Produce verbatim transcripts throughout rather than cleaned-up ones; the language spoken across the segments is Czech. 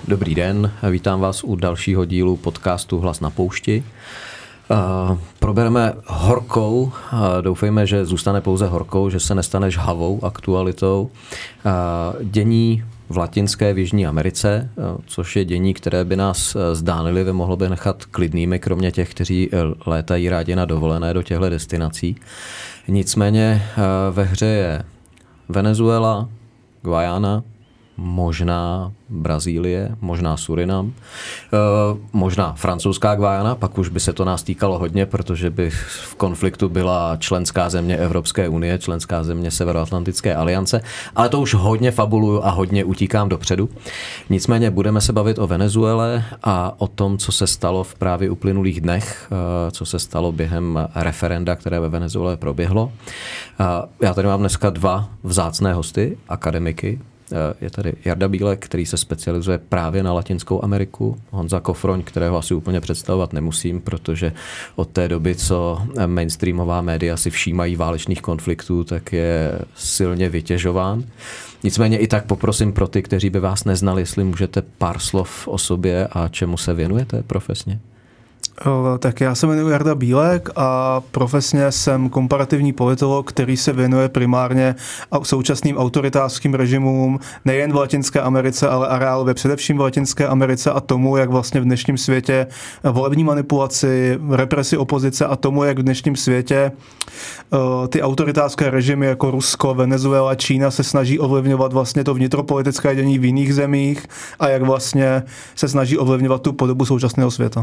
Dobrý den, vítám vás u dalšího dílu podcastu Hlas na poušti. Uh, probereme horkou, uh, doufejme, že zůstane pouze horkou, že se nestane žhavou aktualitou. Uh, dění v Latinské v Jižní Americe, uh, což je dění, které by nás uh, zdánlivě mohlo by nechat klidnými, kromě těch, kteří uh, létají rádi na dovolené do těchto destinací. Nicméně uh, ve hře je Venezuela, Guajana, možná Brazílie, možná Surinam, možná francouzská Guajana, pak už by se to nás týkalo hodně, protože by v konfliktu byla členská země Evropské unie, členská země Severoatlantické aliance, ale to už hodně fabuluju a hodně utíkám dopředu. Nicméně budeme se bavit o Venezuele a o tom, co se stalo v právě uplynulých dnech, co se stalo během referenda, které ve Venezuele proběhlo. Já tady mám dneska dva vzácné hosty, akademiky. Je tady Jarda Bílek, který se specializuje právě na Latinskou Ameriku. Honza Kofroň, kterého asi úplně představovat nemusím, protože od té doby, co mainstreamová média si všímají válečných konfliktů, tak je silně vytěžován. Nicméně i tak poprosím pro ty, kteří by vás neznali, jestli můžete pár slov o sobě a čemu se věnujete profesně. Tak já se jmenuji Jarda Bílek a profesně jsem komparativní politolog, který se věnuje primárně současným autoritářským režimům nejen v Latinské Americe, ale areálově především v Latinské Americe a tomu, jak vlastně v dnešním světě volební manipulaci, represi opozice a tomu, jak v dnešním světě ty autoritářské režimy jako Rusko, Venezuela, Čína se snaží ovlivňovat vlastně to vnitropolitické dění v jiných zemích a jak vlastně se snaží ovlivňovat tu podobu současného světa.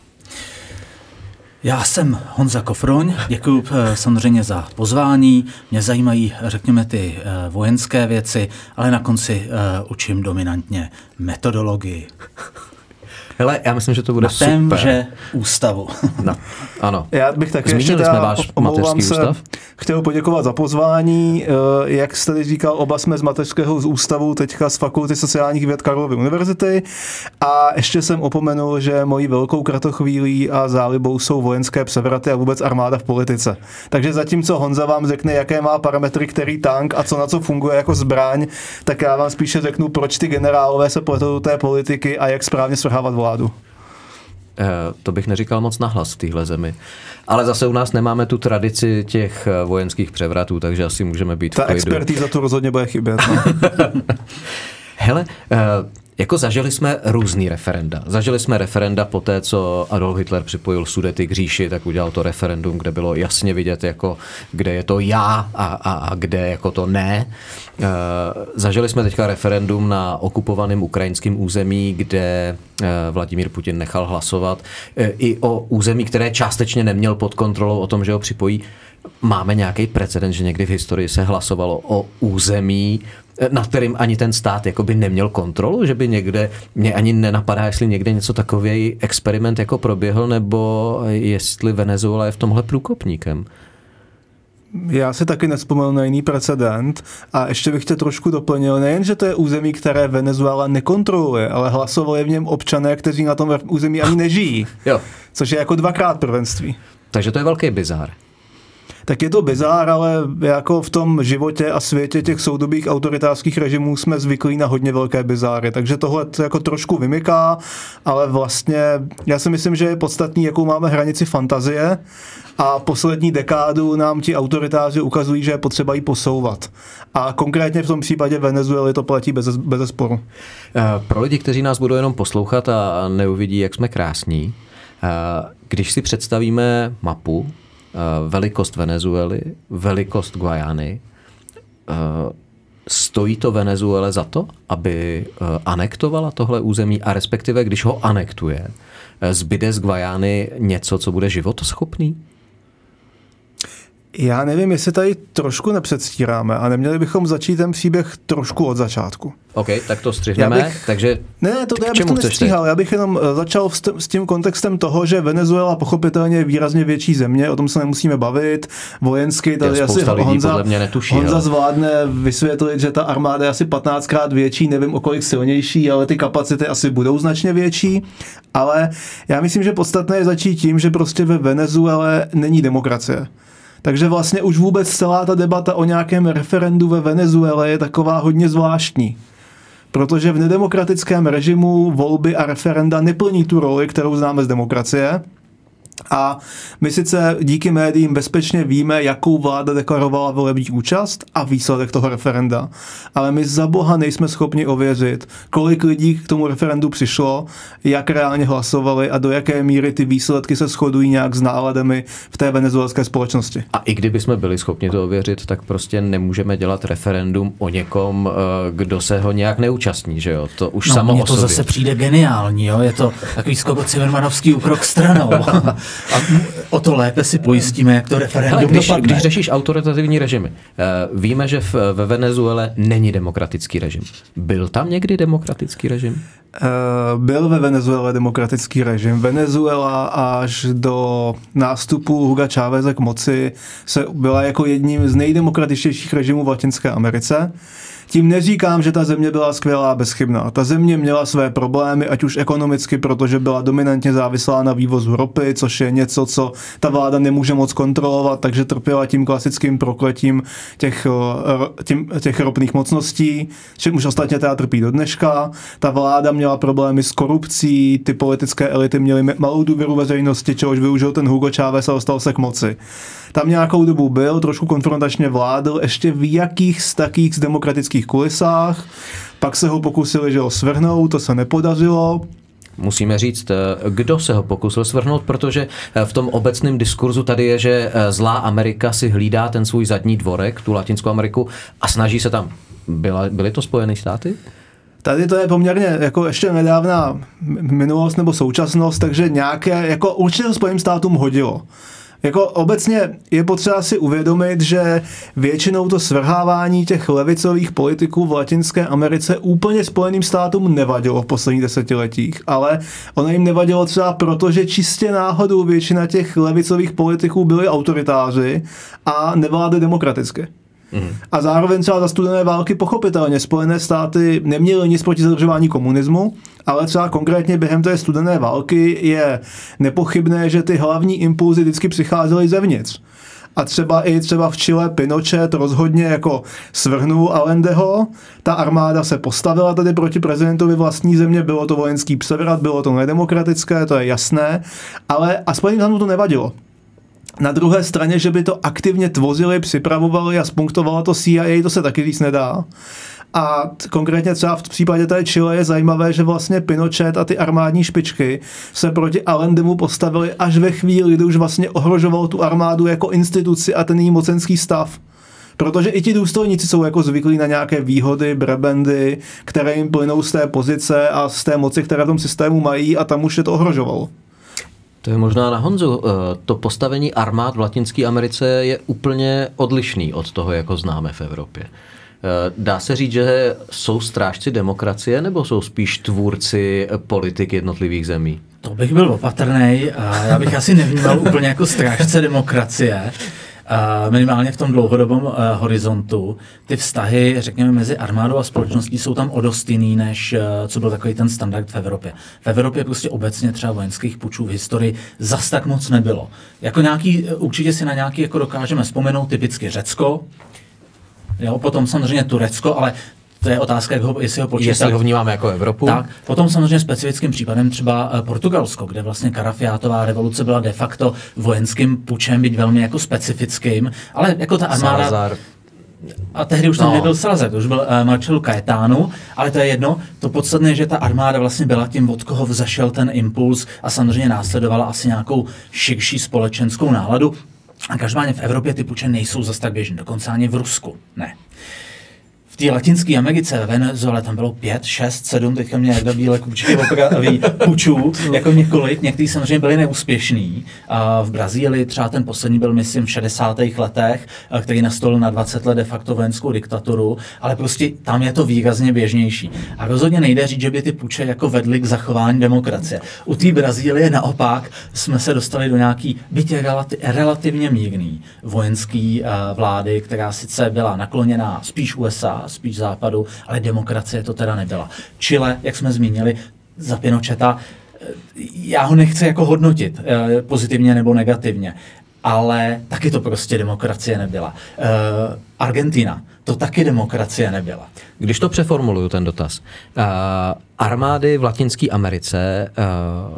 Já jsem Honza Kofroň, děkuji samozřejmě za pozvání. Mě zajímají, řekněme, ty vojenské věci, ale na konci učím dominantně metodologii. Hele, já myslím, že to bude na super. Na témže ústavu. No, ano. Já bych taky Zmínili ještě jsme váš mateřský se, ústav. Chtěl poděkovat za pozvání. Jak jste teď říkal, oba jsme z mateřského ústavu, teďka z Fakulty sociálních věd Karlovy univerzity. A ještě jsem opomenul, že mojí velkou kratochvílí a zálibou jsou vojenské převraty a vůbec armáda v politice. Takže zatímco Honza vám řekne, jaké má parametry, který tank a co na co funguje jako zbraň, tak já vám spíše řeknu, proč ty generálové se pletou do té politiky a jak správně svrhávat vládu. To bych neříkal moc nahlas v téhle zemi. Ale zase u nás nemáme tu tradici těch vojenských převratů, takže asi můžeme být Ta v klidu. Ta expertíza tu rozhodně bude chybět. No. Hele, jako zažili jsme různý referenda. Zažili jsme referenda po té, co Adolf Hitler připojil Sudety k říši, tak udělal to referendum, kde bylo jasně vidět, jako, kde je to já a, a, a kde jako to ne. E, zažili jsme teďka referendum na okupovaném ukrajinském území, kde e, Vladimír Putin nechal hlasovat e, i o území, které částečně neměl pod kontrolou, o tom, že ho připojí. Máme nějaký precedent, že někdy v historii se hlasovalo o území, nad kterým ani ten stát jakoby neměl kontrolu, že by někde, mě ani nenapadá, jestli někde něco takový experiment jako proběhl, nebo jestli Venezuela je v tomhle průkopníkem. Já si taky nevzpomenu na jiný precedent a ještě bych tě trošku doplnil, nejen, že to je území, které Venezuela nekontroluje, ale hlasovali v něm občané, kteří na tom území ani nežijí, jo. Což je jako dvakrát prvenství. Takže to je velký bizár. Tak je to bizár, ale jako v tom životě a světě těch soudobých autoritářských režimů jsme zvyklí na hodně velké bizáry, takže tohle to jako trošku vymyká, ale vlastně já si myslím, že je podstatný, jakou máme hranici fantazie a poslední dekádu nám ti autoritáři ukazují, že je potřeba ji posouvat. A konkrétně v tom případě Venezuely to platí bez, bez sporu. Pro lidi, kteří nás budou jenom poslouchat a neuvidí, jak jsme krásní, když si představíme mapu, velikost Venezuely, velikost Guajany. Stojí to Venezuele za to, aby anektovala tohle území a respektive, když ho anektuje, zbyde z Guajány něco, co bude životoschopný? Já nevím, jestli tady trošku nepředstíráme a neměli bychom začít ten příběh trošku od začátku. OK, tak to střihneme, bych, takže ne, ne, to já bych to nestříhal, já bych jenom začal s tím kontextem toho, že Venezuela pochopitelně je výrazně větší země, o tom se nemusíme bavit, vojensky, tady asi Honza, netuší, Honza zvládne vysvětlit, že ta armáda je asi patnáctkrát větší, nevím o kolik silnější, ale ty kapacity asi budou značně větší, ale já myslím, že podstatné je začít tím, že prostě ve Venezuele není demokracie. Takže vlastně už vůbec celá ta debata o nějakém referendu ve Venezuele je taková hodně zvláštní. Protože v nedemokratickém režimu volby a referenda neplní tu roli, kterou známe z demokracie. A my sice díky médiím bezpečně víme, jakou vláda deklarovala volební účast a výsledek toho referenda. Ale my za boha nejsme schopni ověřit, kolik lidí k tomu referendu přišlo, jak reálně hlasovali a do jaké míry ty výsledky se shodují nějak s náladami v té venezuelské společnosti. A i kdyby jsme byli schopni to ověřit, tak prostě nemůžeme dělat referendum o někom, kdo se ho nějak neúčastní, že jo? To už no, samo mně o to sobě. Zase přijde geniální, jo? Je to takový skoro cimrmanovský úkrok stranou. A o to lépe si pojistíme, jak to referendum když, dopadne. když řešíš autoritativní režimy, víme, že v, ve Venezuele není demokratický režim. Byl tam někdy demokratický režim? Byl ve Venezuele demokratický režim. Venezuela až do nástupu Huga Cháveze k moci se byla jako jedním z nejdemokratičtějších režimů v Latinské Americe. Tím neříkám, že ta země byla skvělá a bezchybná. Ta země měla své problémy, ať už ekonomicky, protože byla dominantně závislá na vývozu ropy, což je něco, co ta vláda nemůže moc kontrolovat, takže trpěla tím klasickým prokletím těch, tím, těch ropných mocností, čím už ostatně teda trpí do dneška. Ta vláda měla problémy s korupcí, ty politické elity měly malou důvěru veřejnosti, čehož využil ten Hugo Chávez a dostal se k moci. Tam nějakou dobu byl, trošku konfrontačně vládl, ještě v jakých z takých z demokratických kulisách, pak se ho pokusili, že ho svrhnout, to se nepodařilo. Musíme říct, kdo se ho pokusil svrhnout, protože v tom obecném diskurzu tady je, že zlá Amerika si hlídá ten svůj zadní dvorek, tu Latinskou Ameriku, a snaží se tam. Byla, byly to Spojené státy? Tady to je poměrně jako ještě nedávná minulost nebo současnost, takže nějaké, jako určitě Spojeným státům hodilo. Jako obecně je potřeba si uvědomit, že většinou to svrhávání těch levicových politiků v Latinské Americe úplně Spojeným státům nevadilo v posledních desetiletích, ale ono jim nevadilo třeba proto, že čistě náhodou většina těch levicových politiků byli autoritáři a nevládli demokraticky. Mm. A zároveň třeba za studené války pochopitelně Spojené státy neměly nic proti zadržování komunismu, ale třeba konkrétně během té studené války je nepochybné, že ty hlavní impulzy vždycky přicházely zevnitř. A třeba i třeba v Chile Pinochet rozhodně jako svrhnul Allendeho, ta armáda se postavila tady proti prezidentovi vlastní země, bylo to vojenský převrat, bylo to nedemokratické, to je jasné, ale a Spojeným státům to nevadilo. Na druhé straně, že by to aktivně tvořili, připravovali a spunktovalo to C I A, to se taky říct nedá. A konkrétně třeba v případě té Chile je zajímavé, že vlastně Pinochet a ty armádní špičky se proti Allendemu postavili až ve chvíli, kdy už vlastně ohrožoval tu armádu jako instituci a ten její mocenský stav. Protože i ti důstojníci jsou jako zvyklí na nějaké výhody, brebendy, které jim plynou z té pozice a z té moci, které v tom systému mají, a tam už je to ohrožovalo. To je možná na Honzu. To postavení armád v Latinské Americe je úplně odlišný od toho, jako známe v Evropě. Dá se říct, že jsou strážci demokracie, nebo jsou spíš tvůrci politik jednotlivých zemí? To bych byl opatrnej a já bych asi nevnímal úplně jako strážce demokracie. Uh, minimálně v tom dlouhodobém uh, horizontu. Ty vztahy, řekněme, mezi armádou a společností jsou tam o dost jiný, než uh, co byl takový ten standard v Evropě. V Evropě prostě obecně třeba vojenských pučů v historii zas tak moc nebylo. Jako nějaký, určitě si na nějaký jako dokážeme vzpomenout, typicky Řecko, jo, potom samozřejmě Turecko, ale to je otázka, jak ho, jestli ho počítat. Jestli ho vnímáme jako Evropu. Tak, potom samozřejmě specifickým případem třeba Portugalsko, kde vlastně Karafiátová revoluce byla de facto vojenským pučem, byť velmi jako specifickým, ale jako ta armáda... Salazar. A tehdy už tam no. nebyl Salazar, to už byl uh, Marcelo Caetano, ale to je jedno. To podstatné je, že ta armáda vlastně byla tím, od koho vzašel ten impuls a samozřejmě následovala asi nějakou širší společenskou náladu. A každopádně v Evropě ty puče nejsou zas tak běžné, dokonce ani v Rusku, ne. V té Latinské Americe, ve Venezuele, tam bylo pět, šest, sedm, teďka mě Jarda Bílek určitě opraví pučů, jako několik, někteří samozřejmě byli neúspěšní. A v Brazílii třeba ten poslední byl, myslím, v šedesátých letech, který nastolil na dvacet let de facto vojenskou diktaturu, ale prostě tam je to výrazně běžnější. A rozhodně nejde říct, že by ty puče jako vedly k zachování demokracie. U té Brazílie naopak jsme se dostali do nějaký, byť relati- relativně mírný vojenský uh, vlády, která sice byla nakloněná spíš U S A, spíš západu, ale demokracie to teda nebyla. Chile, jak jsme zmínili, za Pinocheta, já ho nechci jako hodnotit pozitivně nebo negativně, ale taky to prostě demokracie nebyla. Uh, Argentina, to taky demokracie nebyla. Když to přeformuluju, ten dotaz. Uh, armády v Latinské Americe uh,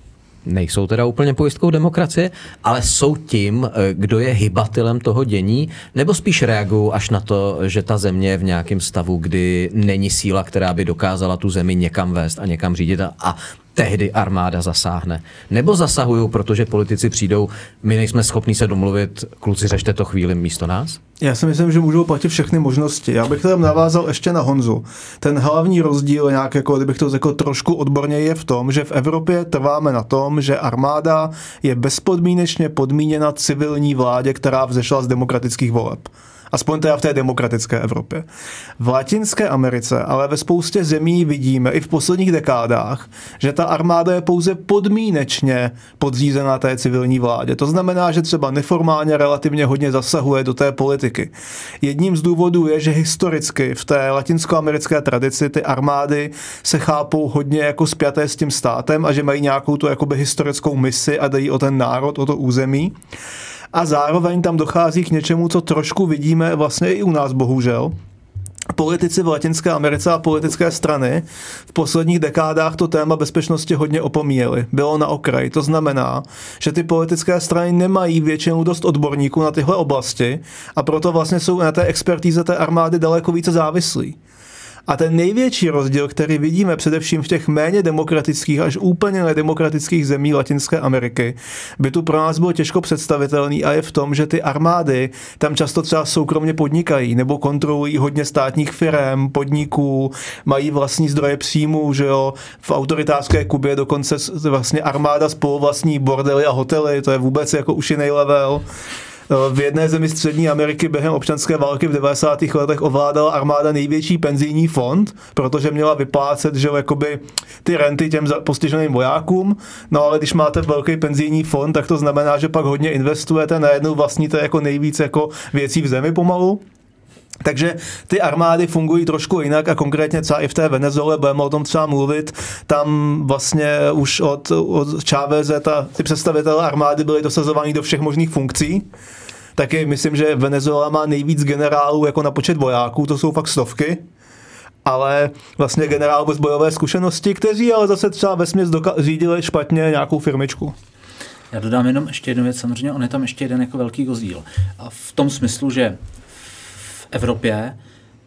nejsou teda úplně pojistkou demokracie, ale jsou tím, kdo je hybatelem toho dění, nebo spíš reagují až na to, že ta země je v nějakém stavu, kdy není síla, která by dokázala tu zemi někam vést a někam řídit a, a tehdy armáda zasáhne. Nebo zasahují, protože politici přijdou, my nejsme schopní se domluvit, kluci, řešte to chvíli místo nás? Já si myslím, že můžou platit všechny možnosti. Já bych tam navázal ještě na Honzu. Ten hlavní rozdíl, nějak jako, kdybych to řekl trošku odborně, je v tom, že v Evropě trváme na tom, že armáda je bezpodmínečně podmíněna civilní vládě, která vzešla z demokratických voleb. Aspoň teda v té demokratické Evropě. V Latinské Americe, ale ve spoustě zemí vidíme i v posledních dekádách, že ta armáda je pouze podmínečně podřízená té civilní vládě. To znamená, že třeba neformálně relativně hodně zasahuje do té politiky. Jedním z důvodů je, že historicky v té latinskoamerické tradici ty armády se chápou hodně jako spjaté s tím státem a že mají nějakou tu jakoby historickou misi a dají o ten národ, o to území. A zároveň tam dochází k něčemu, co trošku vidíme vlastně i u nás, bohužel. Politici v Latinské Americe a politické strany v posledních dekádách to téma bezpečnosti hodně opomíjeli. Bylo na okraji. To znamená, že ty politické strany nemají většinou dost odborníků na tyhle oblasti a proto vlastně jsou na té expertíze té armády daleko více závislí. A ten největší rozdíl, který vidíme především v těch méně demokratických až úplně nedemokratických zemí Latinské Ameriky, by tu pro nás bylo těžko představitelný a je v tom, že ty armády tam často třeba soukromně podnikají nebo kontrolují hodně státních firem, podniků, mají vlastní zdroje příjmů, že jo, v autoritářské Kubě dokonce vlastně armáda spoluvlastní bordely a hotely, to je vůbec jako už jiný level. V jedné zemi střední Ameriky během občanské války v devadesátých letech ovládala armáda největší penzijní fond, protože měla vyplácet, že jakoby ty renty těm postiženým vojákům. No ale když máte velký penzijní fond, tak to znamená, že pak hodně investujete, najednou vlastníte jako nejvíc jako věcí v zemi pomalu. Takže ty armády fungují trošku jinak a konkrétně třeba i v té Venezuele, budeme o tom třeba mluvit, tam vlastně už od, od Cháveze ta, ty představitelé armády byly dosazovaní do všech možných funkcí. Taky myslím, že Venezuela má nejvíc generálů jako na počet vojáků, to jsou fakt stovky, ale vlastně generálů bez bojové zkušenosti, kteří ale zase třeba vesměs doka- řídili špatně nějakou firmičku. Já dodám jenom ještě jednu věc, samozřejmě on je tam ještě jeden jako velký rozdíl. A v tom smyslu, že v Evropě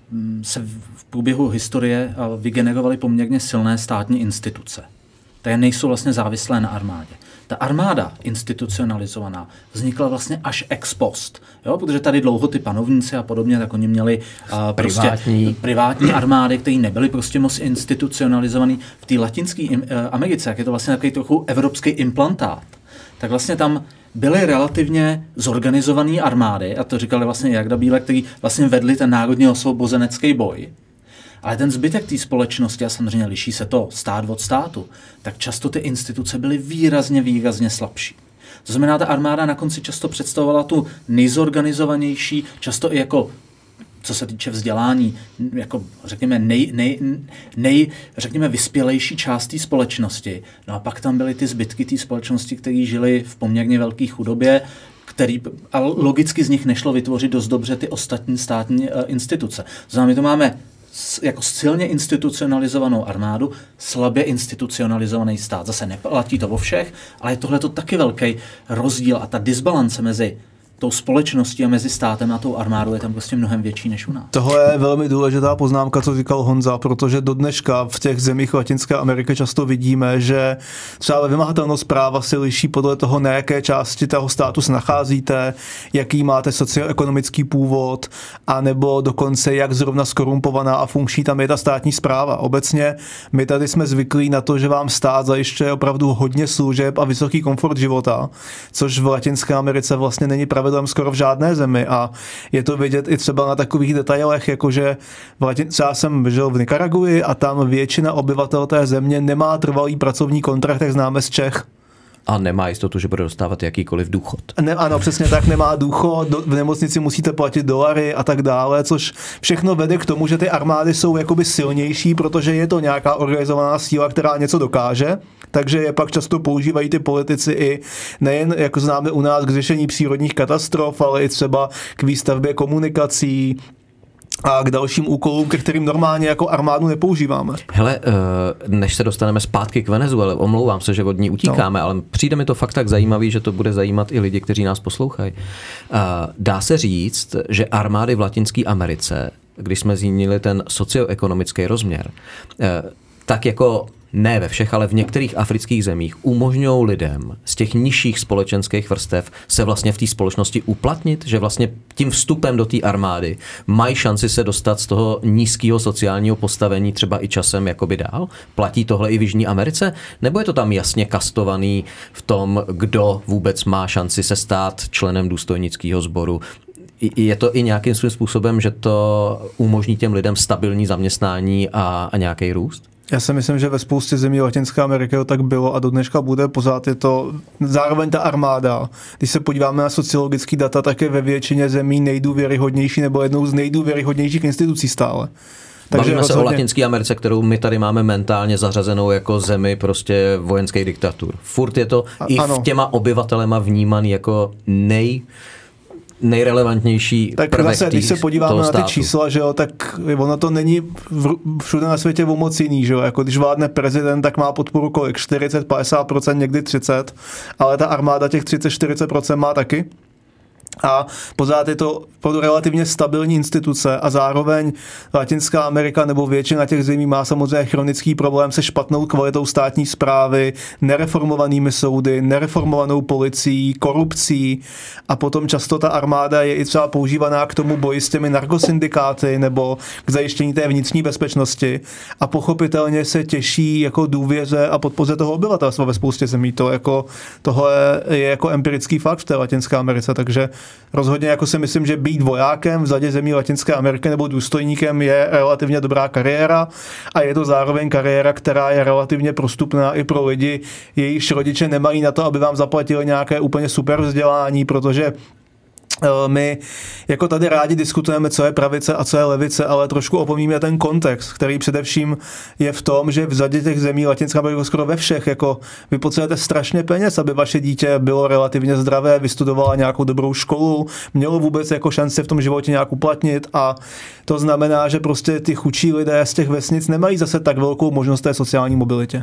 se v průběhu historie vygenerovaly poměrně silné státní instituce, které nejsou vlastně závislé na armádě. Ta armáda institucionalizovaná vznikla vlastně až ex post, jo? Protože tady dlouho ty panovníci a podobně, tak oni měli uh, prostě privátní. privátní armády, které nebyly prostě moc institucionalizovaný. V té latinské uh, Americe, jak je to vlastně takový trochu evropský implantát, tak vlastně tam byly relativně zorganizované armády, a to říkali vlastně Jarda Bílek, který vlastně vedli ten národně osvobozenecký boj. Ale ten zbytek té společnosti, a samozřejmě liší se to stát od státu, tak často ty instituce byly výrazně, výrazně slabší. To znamená, ta armáda na konci často představovala tu nejzorganizovanější, často i jako, co se týče vzdělání, jako řekněme, nej, nej, nej, řekněme vyspělejší část té společnosti. No a pak tam byly ty zbytky té společnosti, které žily v poměrně velké chudobě, který, a logicky z nich nešlo vytvořit dost dobře ty ostatní státní uh, instituce. To znamená, my to máme jako silně institucionalizovanou armádu, slabě institucionalizovaný stát. Zase neplatí to vo všech, ale tohle je to taky velký rozdíl a ta disbalance mezi tou společností a mezi státem a tou armádou je tam prostě mnohem větší než u nás. Tohle je velmi důležitá poznámka, co říkal Honza, protože do dneška v těch zemích Latinské Ameriky často vidíme, že třeba vymahatelnost práva se liší podle toho, na jaké části toho státu se nacházíte, jaký máte socioekonomický původ, anebo dokonce jak zrovna skorumpovaná a funkční tam je ta státní správa. Obecně my tady jsme zvyklí na to, že vám stát zajišťuje opravdu hodně služeb a vysoký komfort života, což v Latinské Americe vlastně není pravidlo skoro v žádné zemi a je to vidět i třeba na takových detailech, jakože třeba jsem žil v Nikaragui a tam většina obyvatel té země nemá trvalý pracovní kontrakt, jak známe z Čech. A nemá jistotu, že bude dostávat jakýkoliv důchod. Ne, ano, přesně tak, nemá důchod, do, v nemocnici musíte platit dolary a tak dále, což všechno vede k tomu, že ty armády jsou jakoby silnější, protože je to nějaká organizovaná síla, která něco dokáže. takže je pak často používají ty politici i nejen, jako známe u nás, k řešení přírodních katastrof, ale i třeba k výstavbě komunikací a k dalším úkolům, ke kterým normálně jako armádu nepoužíváme. Hele, než se dostaneme zpátky k Venezuele, omlouvám se, že od ní utíkáme, no. ale přijde mi to fakt tak zajímavý, že to bude zajímat i lidi, kteří nás poslouchají. Dá se říct, že armády v Latinské Americe, když jsme zmínili ten socioekonomický rozměr, tak jako ne ve všech, ale v některých afrických zemích umožňují lidem z těch nižších společenských vrstev se vlastně v té společnosti uplatnit, že vlastně tím vstupem do té armády mají šanci se dostat z toho nízkého sociálního postavení třeba i časem jakoby dál? Platí tohle i v Jižní Americe? Nebo je to tam jasně kastovaný v tom, kdo vůbec má šanci se stát členem důstojnického sboru? Je to i nějakým svým způsobem, že to umožní těm lidem stabilní zaměstnání a, a nějaký růst? Já si myslím, že ve spoustě zemí Latinské Ameriky to tak bylo a do dneška bude, pořád je to zároveň ta armáda. Když se podíváme na sociologické data, tak je ve většině zemí nejdůvěryhodnější nebo jednou z nejdůvěryhodnějších institucí stále. Takže bavíme rozhodně... se o Latinské Americe, kterou my tady máme mentálně zařazenou jako zemi prostě vojenských diktatur. Furt je to a, i v ano. těma obyvatelema vnímaný jako nej... nejrelevantnější tak prvek zase, když se podíváme na ty čísla, že jo, tak ono to není všude na světě o moc jiný, že jo, jako když vládne prezident, tak má podporu kolik, čtyřicet, padesát procent, někdy třicet, ale ta armáda těch třicet čtyřicet procent má taky. A pořád je to relativně stabilní instituce a zároveň Latinská Amerika nebo většina těch zemí má samozřejmě chronický problém se špatnou kvalitou státní správy, nereformovanými soudy, nereformovanou policií, korupcí a potom často ta armáda je i třeba používaná k tomu boji s těmi narkosyndikáty nebo k zajištění té vnitřní bezpečnosti a pochopitelně se těší jako důvěře a podpoře toho obyvatelstva ve spoustě zemí. To jako, tohle je jako empirický fakt v té Latinské Americe, takže rozhodně jako si myslím, že být vojákem v řadě zemí Latinské Ameriky nebo důstojníkem je relativně dobrá kariéra a je to zároveň kariéra, která je relativně prostupná i pro lidi, jejichž rodiče nemají na to, aby vám zaplatili nějaké úplně super vzdělání, protože my jako tady rádi diskutujeme, co je pravice a co je levice, ale trošku opomíme ten kontext, který především je v tom, že v řadě těch zemí Latinské Ameriky skoro ve všech, jako vy potřebujete strašně peněz, aby vaše dítě bylo relativně zdravé, vystudovalo nějakou dobrou školu, mělo vůbec jako šanci v tom životě nějak uplatnit a to znamená, že prostě ty chudší lidé z těch vesnic nemají zase tak velkou možnost té sociální mobilitě.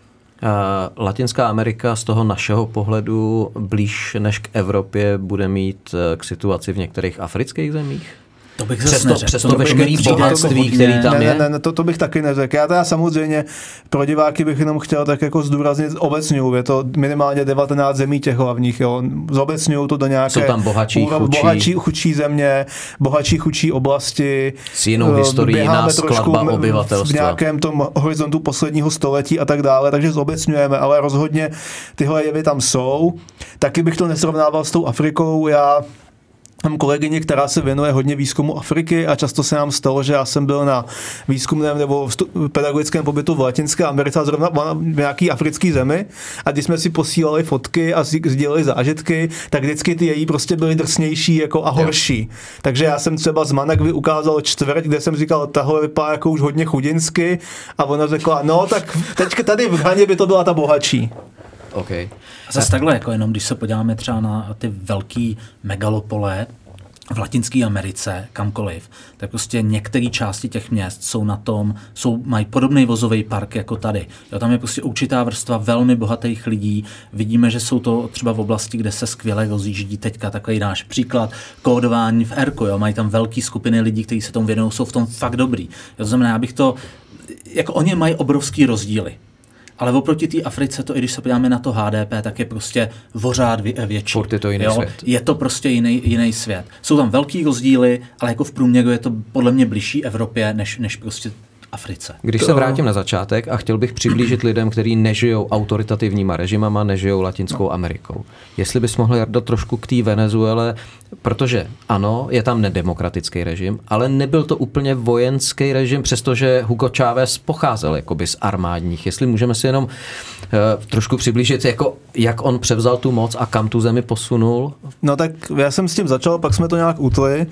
Latinská Amerika z toho našeho pohledu blíž než k Evropě bude mít k situaci v některých afrických zemích? To bych přesto, neřekl. Přesto to veškerý bohatství, který tam ne, je? Ne, ne, to, to bych taky neřekl. Já teda samozřejmě pro diváky bych jenom chtěl tak jako zdůraznit obecňuju. Je to minimálně devatenáct zemí těch hlavních. Jo. Zobecňuju to do nějaké jsou tam bohatší, úra, chudší. bohatší, chudší země, bohatší, chudší oblasti. S jinou historií, nás skladba obyvatelstva. V nějakém tom horizontu posledního století a tak dále, takže zobecňujeme, ale rozhodně tyhle jevy tam jsou. Taky bych to nesrovnával s tou Afrikou. Já mám kolegyni, která se věnuje hodně výzkumu Afriky a často se nám stalo, že já jsem byl na výzkumném nebo pedagogickém pobytu v Latinské Americe a zrovna v nějaký africký zemi a když jsme si posílali fotky a sdíleli zážitky, tak vždycky ty její prostě byly drsnější jako a horší. Takže já jsem třeba z Managvy ukázal čtvrť, kde jsem říkal, tahle vypadá jako už hodně chudinsky a ona řekla, no tak teďka tady v Ghaně by to byla ta bohatší. Okay. A zase takhle, jako jenom když se podíváme třeba na ty velký megalopole v Latinské Americe, kamkoliv, tak prostě některé části těch měst jsou na tom, jsou, mají podobný vozový park jako tady. Jo, tam je prostě určitá vrstva velmi bohatých lidí. Vidíme, že jsou to třeba v oblasti, kde se skvěle rozjíždí teďka, takový náš příklad, kódování v Erku, jo, mají tam velké skupiny lidí, kteří se tomu věnují, jsou v tom fakt dobrý. Jo, to znamená, abych to, jako oni mají obrovský rozdíly. Ale oproti té Africe, to i když se podíváme na to H D P, tak je prostě vořád větší. Furt je to jiný jo? svět. Je to prostě jiný, jiný svět. Jsou tam velký rozdíly, ale jako v průměru je to podle mě blížší Evropě, než, než prostě Africe. Když to... se vrátím na začátek a chtěl bych přiblížit lidem, kteří nežijou autoritativníma režimama, nežijou Latinskou no. Amerikou. Jestli bys mohl, Jardo, trošku k té Venezuele, protože ano, je tam nedemokratický režim, ale nebyl to úplně vojenský režim, přestože Hugo Chávez pocházel jakoby z armádních. Jestli můžeme si jenom uh, trošku přiblížit, jako, jak on převzal tu moc a kam tu zemi posunul? No tak já jsem s tím začal, pak jsme to nějak utli.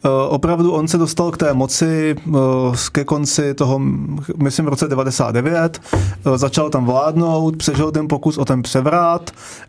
Opravdu on se dostal k té moci ke konci toho, myslím v roce devadesát devět, začal tam vládnout, přežil ten pokus o ten převrat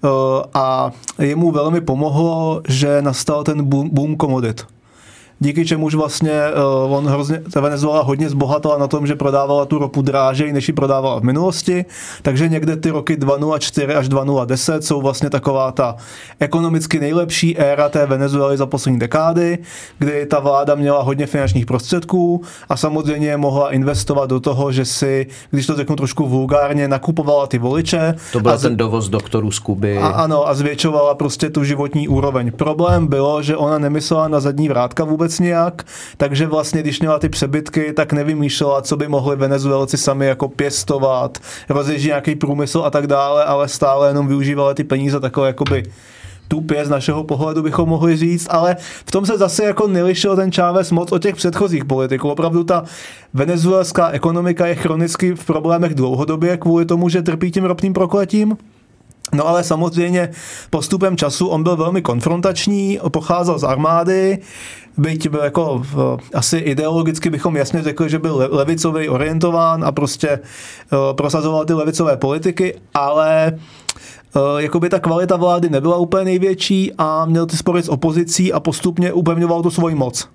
a jemu velmi pomohlo, že nastal ten boom, boom komodit. Díky čemuž vlastně uh, on hrozně, ta Venezuela hodně zbohatala na tom, že prodávala tu ropu drážej, než ji prodávala v minulosti, takže někde ty roky dva tisíce čtyři až dva tisíce deset jsou vlastně taková ta ekonomicky nejlepší éra té Venezuely za poslední dekády, kdy ta vláda měla hodně finančních prostředků a samozřejmě mohla investovat do toho, že si, když to řeknu trošku vulgárně, nakupovala ty voliče. To byl z... ten dovoz doktorů z Kuby. A, ano, a zvětšovala prostě tu životní úroveň. Problém bylo, že ona nemyslela na zadní vrátka vůbec nějak, takže vlastně, když měla ty přebytky, tak nevymýšlela, co by mohli Venezuelci sami jako pěstovat, rozježdí nějaký průmysl a tak dále, ale stále jenom využívali ty peníze takové jakoby tupě z našeho pohledu bychom mohli říct, ale v tom se zase jako nelišil ten Chávez moc od těch předchozích politiků. Opravdu ta venezuelská ekonomika je chronicky v problémech dlouhodobě kvůli tomu, že trpí tím ropným prokletím. No ale samozřejmě postupem času on byl velmi konfrontační, pocházel z armády, byť byl jako v, asi ideologicky bychom jasně řekli, že byl levicový orientován a prostě uh, prosazoval ty levicové politiky, ale uh, jakoby ta kvalita vlády nebyla úplně největší a měl ty spory s opozicí a postupně upevňoval tu svoji moc.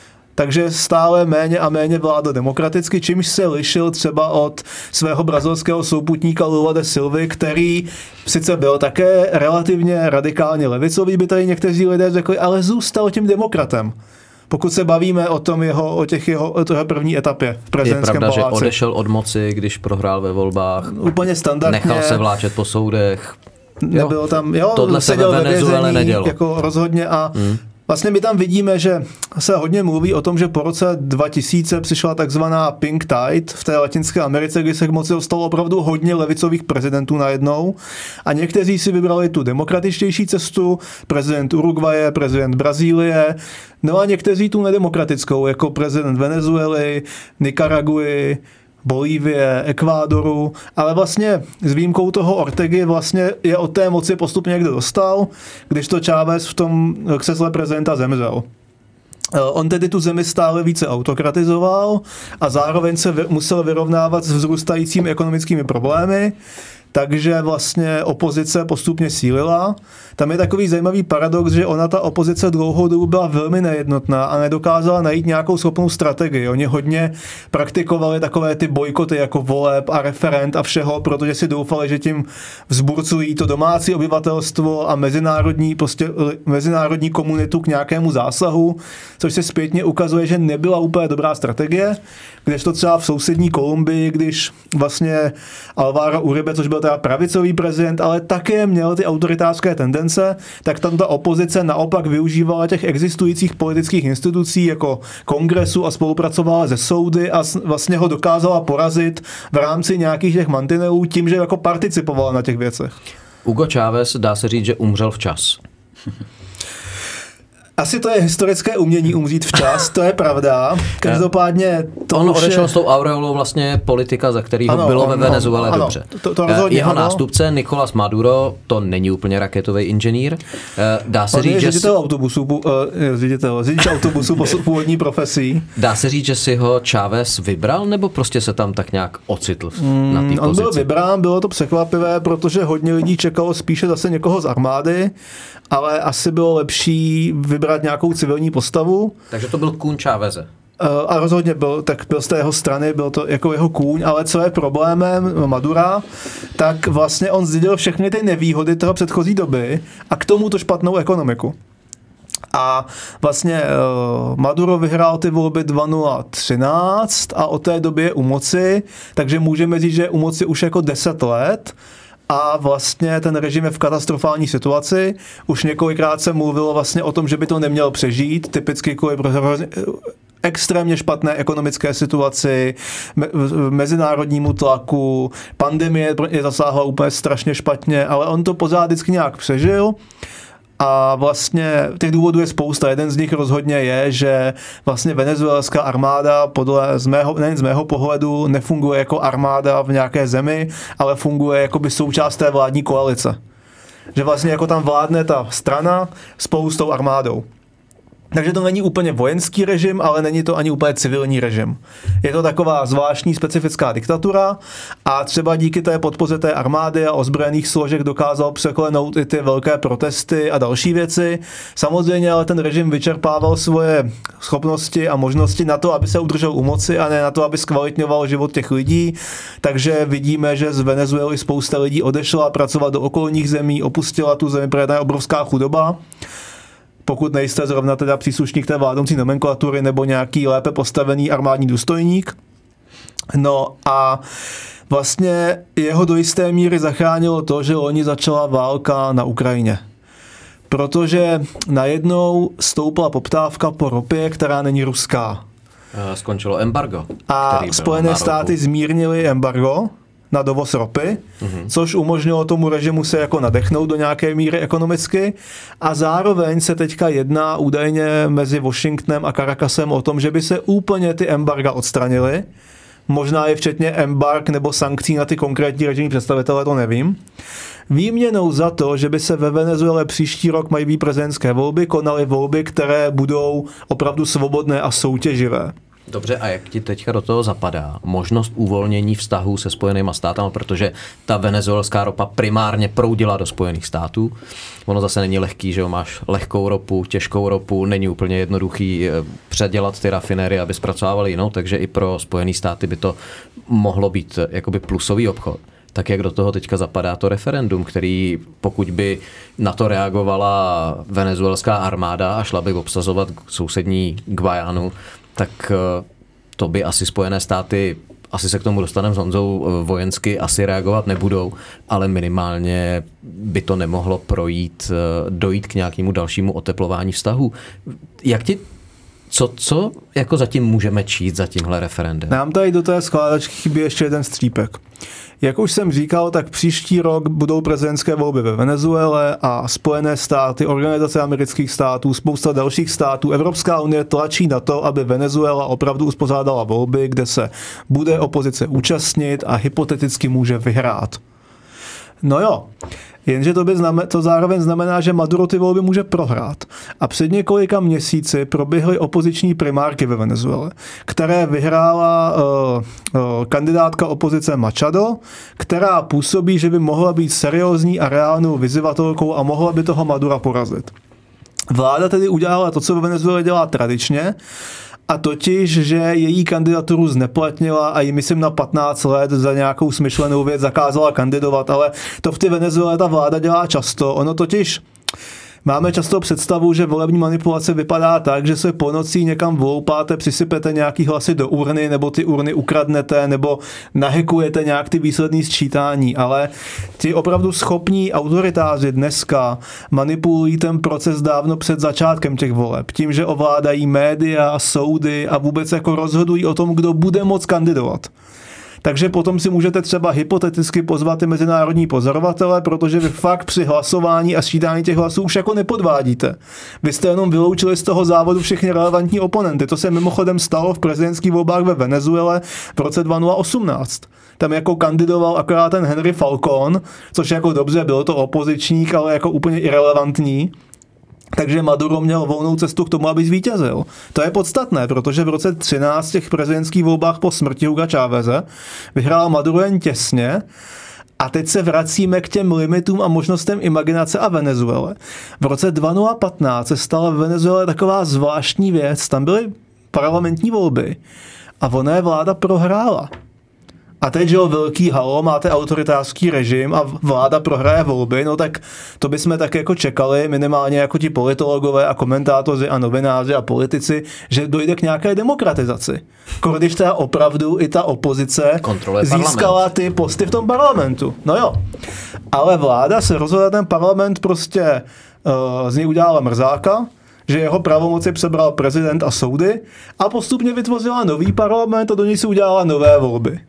Takže stále méně a méně vládl demokraticky, čímž se lišil třeba od svého brazilského souputníka Lula da Silvy, který sice byl také relativně radikálně levicový, by tady někteří lidé řekli, ale zůstal tím demokratem. Pokud se bavíme o tom jeho, o těch jeho, o toho první etapě v prezidentském paláci. Je pravda, paláci. Že odešel od moci, když prohrál ve volbách. Úplně standardně. Nechal se vláčet po soudech. Nebylo tam, jo, tohle se ve Venezuele nedělo. Jako rozhodně a hmm. Vlastně my tam vidíme, že se hodně mluví o tom, že po roce dva tisíce přišla takzvaná Pink Tide v té Latinské Americe, kdy se k moci dostalo opravdu hodně levicových prezidentů najednou a někteří si vybrali tu demokratičtější cestu, prezident Uruguaye, prezident Brazílie, no a někteří tu nedemokratickou, jako prezident Venezuely, Nikaraguy, Bolívie, Ekvádoru, ale vlastně s výjimkou toho Ortegy vlastně je od té moci postupně někdo dostal, když to Chávez v tom křesle prezidenta zemřel. On tedy tu zemi stále více autokratizoval a zároveň se musel vyrovnávat s vzrůstajícími ekonomickými problémy, takže vlastně opozice postupně sílila. Tam je takový zajímavý paradox, že ona ta opozice dlouhou dobu byla velmi nejednotná a nedokázala najít nějakou schopnou strategii. Oni hodně praktikovali takové ty bojkoty jako voleb a referend a všeho, protože si doufali, že tím vzburcují to domácí obyvatelstvo a mezinárodní, prostě, mezinárodní komunitu k nějakému zásahu, což se zpětně ukazuje, že nebyla úplně dobrá strategie, kdežto třeba v sousední Kolumbii, když vlastně Alvaro Uribe, což byl teda pravicový prezident, ale také měl ty autoritářské tendence, tak tam ta opozice naopak využívala těch existujících politických institucí jako kongresu a spolupracovala se soudy a vlastně ho dokázala porazit v rámci nějakých těch mantinelů tím, že jako participovala na těch věcech. Hugo Chávez, dá se říct, že umřel včas. Asi to je historické umění umřít včas, to je pravda. Každopádně to on už odešel je... s tou aureolou vlastně politika, za kterého ano, bylo ano, ve Venezuele ano, dobře. To, to rozhodně, Jeho ano. nástupce Nicolás Maduro, to není úplně raketový inženýr. Dá se on říct, je že ředitel autobusu, uh, ředitel, řidič autobusu původní profesí. Dá se říct, že si ho Chávez vybral, nebo prostě se tam tak nějak ocitl mm, na té pozici? On byl vybrán, bylo to překvapivé, protože hodně lidí čekalo spíše zase někoho z armády, ale asi bylo lepší vybrat nějakou civilní postavu. Takže to byl kůň Cháveze. A rozhodně byl, tak byl z té jeho strany, byl to jako jeho kůň, ale co je problémem Madura, tak vlastně on zdědil všechny ty nevýhody toho předchozí doby a k tomu to špatnou ekonomiku. A vlastně uh, Maduro vyhrál ty volby dva tisíce třináct a od té doby je u moci, takže můžeme říct, že je u moci už jako deset let. A vlastně ten režim je v katastrofální situaci. Už několikrát se mluvilo vlastně o tom, že by to neměl přežít, typicky kvůli extrémně špatné ekonomické situaci, me- mezinárodnímu tlaku, pandemie je zasáhla úplně strašně špatně, ale on to pořád vždycky nějak přežil. A vlastně těch důvodů je spousta. Jeden z nich rozhodně je, že vlastně venezuelská armáda podle z mého, nejen z mého pohledu nefunguje jako armáda v nějaké zemi, ale funguje jako by součást té vládní koalice. Že vlastně jako tam vládne ta strana spolu s tou armádou. Takže to není úplně vojenský režim, ale není to ani úplně civilní režim. Je to taková zvláštní specifická diktatura a třeba díky té podpoře té armády a ozbrojených složek dokázal překlenout i ty velké protesty a další věci. Samozřejmě ale ten režim vyčerpával svoje schopnosti a možnosti na to, aby se udržel u moci a ne na to, aby zkvalitňoval život těch lidí. Takže vidíme, že z Venezuely spousta lidí odešla pracovat do okolních zemí, opustila tu zemi, protože je obrovská chudoba. Pokud nejste zrovna teda příslušník té vládnoucí nomenklatury nebo nějaký lépe postavený armádní důstojník. No a vlastně jeho do jisté míry zachránilo to, že loni začala válka na Ukrajině. Protože najednou stoupla poptávka po ropě, která není ruská. Skončilo embargo. A Spojené státy zmírnily embargo na dovoz ropy, mm-hmm. což umožnilo tomu režimu se jako nadechnout do nějaké míry ekonomicky a zároveň se teďka jedná údajně mezi Washingtonem a Caracasem o tom, že by se úplně ty embarga odstranily. Možná je včetně embarg nebo sankcí na ty konkrétní režimní představitele, to nevím. Výměnou za to, že by se ve Venezuele příští rok mají být prezidentské volby, konaly volby, které budou opravdu svobodné a soutěživé. Dobře, a jak ti teďka do toho zapadá možnost uvolnění vztahů se Spojenýma státy, protože ta venezuelská ropa primárně proudila do Spojených států. Ono zase není lehký, že jo, máš lehkou ropu, těžkou ropu, není úplně jednoduchý předělat ty rafinéry, aby zpracovávali jinou, takže i pro Spojené státy by to mohlo být jakoby plusový obchod. Tak jak do toho teďka zapadá to referendum, který pokud by na to reagovala venezuelská armáda a šla by obsazovat sousední Guajánu, tak to by asi Spojené státy, asi se k tomu dostaneme s Honzou, vojensky asi reagovat nebudou, ale minimálně by to nemohlo projít, dojít k nějakému dalšímu oteplování vztahů. Jak ti, co, co jako zatím můžeme číst za tímhle referendem? Nám tady do té skládačky chybí ještě jeden střípek. Jak už jsem říkal, tak příští rok budou prezidentské volby ve Venezuele a Spojené státy, Organizace amerických států, spousta dalších států, Evropská unie tlačí na to, aby Venezuela opravdu uspořádala volby, kde se bude opozice účastnit a hypoteticky může vyhrát. No jo, jenže to, by znamen, to zároveň znamená, že Maduro ty volby může prohrát. A před několika měsíci proběhly opoziční primárky ve Venezuele, které vyhrála uh, uh, kandidátka opozice Machado, která působí, že by mohla být seriózní a reálnou vyzývatelkou a mohla by toho Madura porazit. Vláda tedy udělala to, co ve Venezuele dělá tradičně, a totiž, že její kandidaturu zneplatnila a jí myslím na patnáct let za nějakou smyšlenou věc zakázala kandidovat, ale to v té Venezuele ta vláda dělá často. Ono totiž máme často představu, že volební manipulace vypadá tak, že se po nocí někam vloupáte, přisypete nějaký hlasy do urny, nebo ty urny ukradnete, nebo nahekujete nějak ty výsledný sčítání, ale ti opravdu schopní autoritáři dneska manipulují ten proces dávno před začátkem těch voleb, tím, že ovládají média, soudy a vůbec jako rozhodují o tom, kdo bude moct kandidovat. Takže potom si můžete třeba hypoteticky pozvat i mezinárodní pozorovatele, protože vy fakt při hlasování a sčítání těch hlasů už jako nepodvádíte. Vy jste jenom vyloučili z toho závodu všechny relevantní oponenty. To se mimochodem stalo v prezidentských volbách ve Venezuele v roce dva tisíce osmnáct. Tam jako kandidoval akorát ten Henry Falcón, což jako dobře, byl to opozičník, ale jako úplně irelevantní. Takže Maduro měl volnou cestu k tomu, aby zvítězil. To je podstatné, protože v roce třináct těch prezidentských volbách po smrti Huga Cháveze vyhrál Maduro jen těsně. A teď se vracíme k těm limitům a možnostem imaginace a Venezuele. V roce dva tisíce patnáct se stala v Venezuele taková zvláštní věc. Tam byly parlamentní volby a ona je vláda prohrála. A teď, že jo, velký halo, máte autoritářský režim a vláda prohraje volby, no tak to bychom tak jako čekali, minimálně jako ti politologové a komentátoři a novináři a politici, že dojde k nějaké demokratizaci. Když teda opravdu i ta opozice kontroluje získala parlament. ty posty v tom parlamentu. No jo. Ale vláda se rozhodla ten parlament prostě uh, z něj udělala mrzáka, že jeho pravomoci přebral prezident a soudy a postupně vytvořila nový parlament a do něj si udělala nové volby.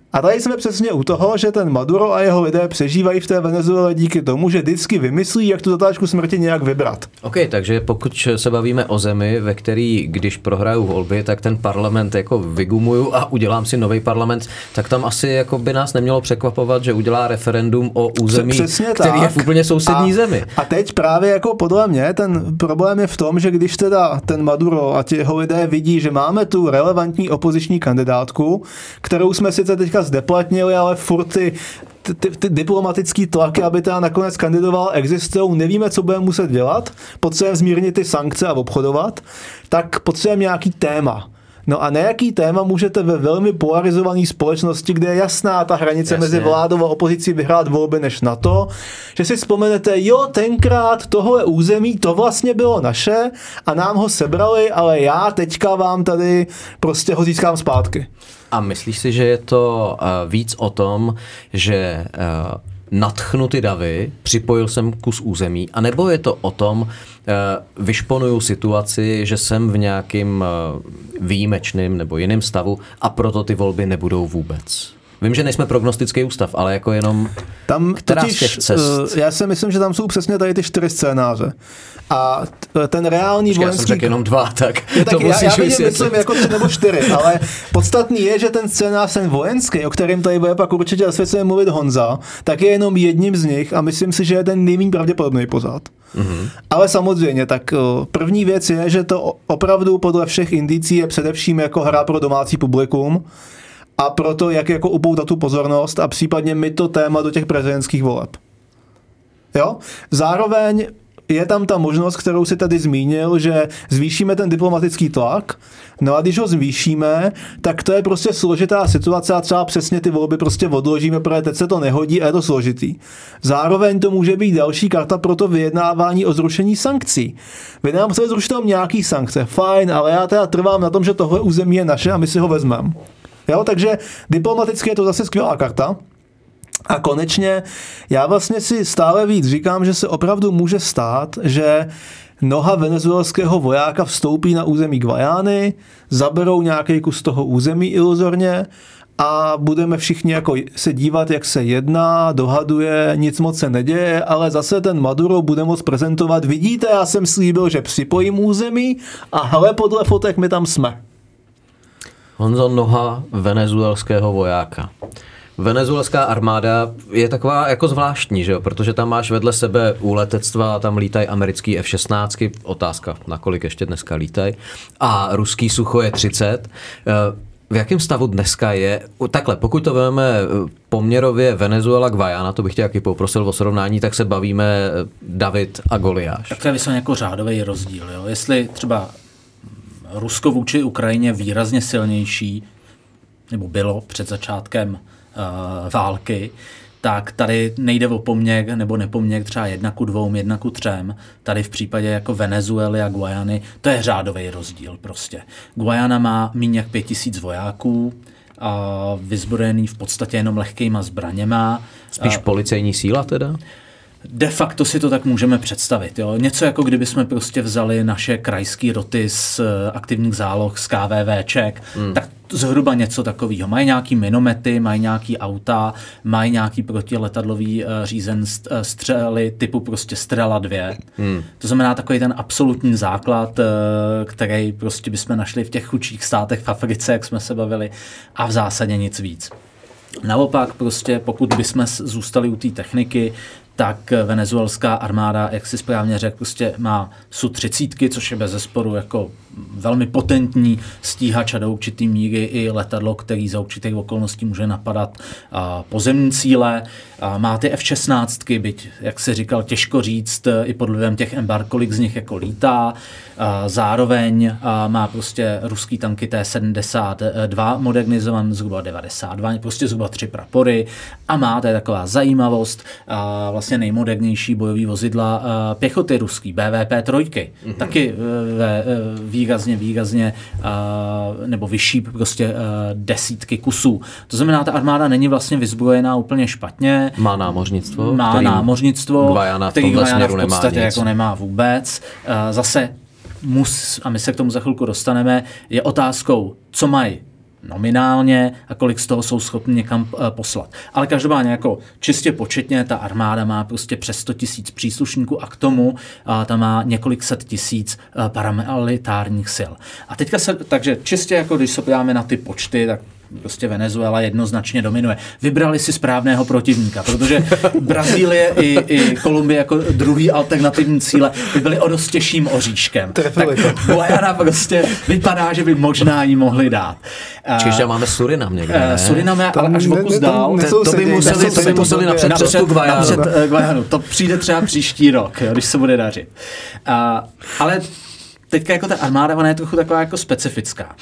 A tady jsme přesně u toho, že ten Maduro a jeho lidé přežívají v té Venezuele díky tomu, že vždycky vymyslí, jak tu zatáčku smrti nějak vybrat. OK, takže pokud se bavíme o zemi, ve který, když prohraju volby, tak ten parlament jako vygumuju a udělám si nový parlament, tak tam asi jako by nás nemělo překvapovat, že udělá referendum o území, přesně který tak. je v úplně sousední a, zemi. A teď právě jako podle mě ten problém je v tom, že když teda ten Maduro a ti jeho lidé vidí, že máme tu relevantní opoziční kandidátku, kterou jsme sice teďka zdeplatnili, ale furt ty, ty, ty, ty diplomatický tlaky, aby teda nakonec kandidoval, existují, nevíme, co budeme muset dělat, potřebujeme zmírnit ty sankce a obchodovat, tak potřebujeme nějaký téma. No a na jaký téma můžete ve velmi polarizované společnosti, kde je jasná ta hranice Jasně. mezi vládou a opozicí vyhrát volby, než na to, že si vzpomenete, jo, tenkrát tohle území, to vlastně bylo naše a nám ho sebrali, ale já teďka vám tady prostě ho získám zpátky. A myslíš si, že je to uh, víc o tom, že uh, nadchnu ty davy, připojil jsem kus území, anebo je to o tom, uh, vyšponuju situaci, že jsem v nějakým uh, výjimečným nebo jiném stavu a proto ty volby nebudou vůbec? Vím, že nejsme prognostický ústav, ale jako jenom tam která totiž, z těch cest? Já si myslím, že tam jsou přesně tady ty čtyři scénáře. A ten reálný Počkej, vojenský... Já jsem řekl jenom dva, tak je, to tak musíš já, já vysvětlit. myslím jako tři nebo čtyři, ale podstatný je, že ten scénář ten vojenský, o kterém tady bude pak určitě zasvěceně mluvit Honza, tak je jenom jedním z nich a myslím si, že je ten nejméně pravděpodobný pořád. Mm-hmm. Ale samozřejmě, tak první věc je, že to opravdu podle všech indicí je především jako hra pro domácí publikum a proto, jak jako upoutat tu pozornost a případně my to téma do těch prezidentských voleb. Jo? Zároveň je tam ta možnost, kterou si tady zmínil, že zvýšíme ten diplomatický tlak, no a když ho zvýšíme, tak to je prostě složitá situace a třeba přesně ty volby prostě odložíme, protože teď se to nehodí a je to složitý. Zároveň to může být další karta pro to vyjednávání o zrušení sankcí. Vy nám chcete zrušit tam nějaký sankce, fajn, ale já teda trvám na tom, že tohle území je naše a my si ho vezmeme. Jo, takže diplomaticky je to zase skvělá karta. A konečně já vlastně si stále víc říkám, že se opravdu může stát, že noha venezuelského vojáka vstoupí na území Guajány, zaberou nějaký kus toho území iluzorně a budeme všichni jako se dívat, jak se jedná, dohaduje, nic moc se neděje, ale zase ten Maduro bude moct prezentovat, vidíte, já jsem slíbil, že připojím území a hele, podle fotek my tam jsme. Honzo, noha venezuelského vojáka. Venezuelská armáda je taková jako zvláštní, že jo? Protože tam máš vedle sebe u letectva, tam lítají americký F šestnáct, otázka, nakolik ještě dneska lítají, a ruský Suchoj třicet. V jakém stavu dneska je, takhle, pokud to vezmeme poměrově Venezuela Guayana, to bych tě taky poprosil o srovnání, tak se bavíme David a Goliáš. Tak to je vysloveně jako řádový rozdíl, jo? Jestli třeba Rusko vůči Ukrajině výrazně silnější, nebo bylo před začátkem uh, války, tak tady nejde o poměr nebo nepoměr třeba jedna ku dvou, jedna ku třem. Tady v případě jako Venezuely a Guajany, to je řádový rozdíl prostě. Guajana má méně jak pět tisíc vojáků, a vyzbrojený v podstatě jenom lehkýma zbraněma. Spíš policejní síla teda? De facto si to tak můžeme představit. Jo? Něco jako kdyby jsme prostě vzali naše krajské roty z aktivních záloh z KVVček, hmm. tak zhruba něco takového. Mají nějaký minomety, mají nějaký auta, mají nějaký protiletadlový uh, řízen uh, střely typu prostě Strela dva. Hmm. To znamená takový ten absolutní základ, uh, který prostě bychom našli v těch chudších státech v Africe, jak jsme se bavili, a v zásadě nic víc. Naopak prostě, pokud bychom zůstali u té techniky, tak venezuelská armáda, jak si správně řekl, prostě má S U třicet, což je bezesporu jako velmi potentní stíhač a do určitý míry i letadlo, který za určitých okolností může napadat a, pozemní cíle. A má ty F šestnáct, byť, jak se říkal, těžko říct, i pod vlivem těch embarg, kolik z nich jako lítá. A zároveň a má prostě ruský tanky T sedmdesát dva modernizovaný, zhruba devadesát dva, prostě zhruba tři prapory. A má, to je taková zajímavost, a vlastně nejmodernější bojový vozidla pěchoty ruský, B V P tři, mm-hmm. taky ve výrazně, výrazně nebo vyšší prostě desítky kusů. To znamená, ta armáda není vlastně vyzbrojená úplně špatně. Má námořnictvo. Má námořnictvo, Guayana v který Guayana v podstatě nemá jako nemá vůbec. Zase mus, a my se k tomu za chvilku dostaneme, je otázkou, co mají nominálně a kolik z toho jsou schopni někam poslat. Ale každopádně jako čistě početně ta armáda má prostě přes sto tisíc příslušníků a k tomu a, tam má několik set tisíc a, paramilitárních sil. A teďka se, takže čistě jako když se podíváme na ty počty, tak prostě Venezuela jednoznačně dominuje. Vybrali si správného protivníka, protože Brazílie i, i Kolumbie jako druhý alternativní cíle by byly o dost těžším oříškem. Tak Guajana prostě vypadá, že by možná jí mohli dát. Čiže máme Surinam někde, ne? Surinam je ale až o kus dál. To by museli, to by museli napřed, napřed tu Guajanu. Napřed Guajanu. To přijde třeba příští rok, jo, když se bude dařit. Uh, ale teďka jako ta armáda, ona je trochu taková jako specifická.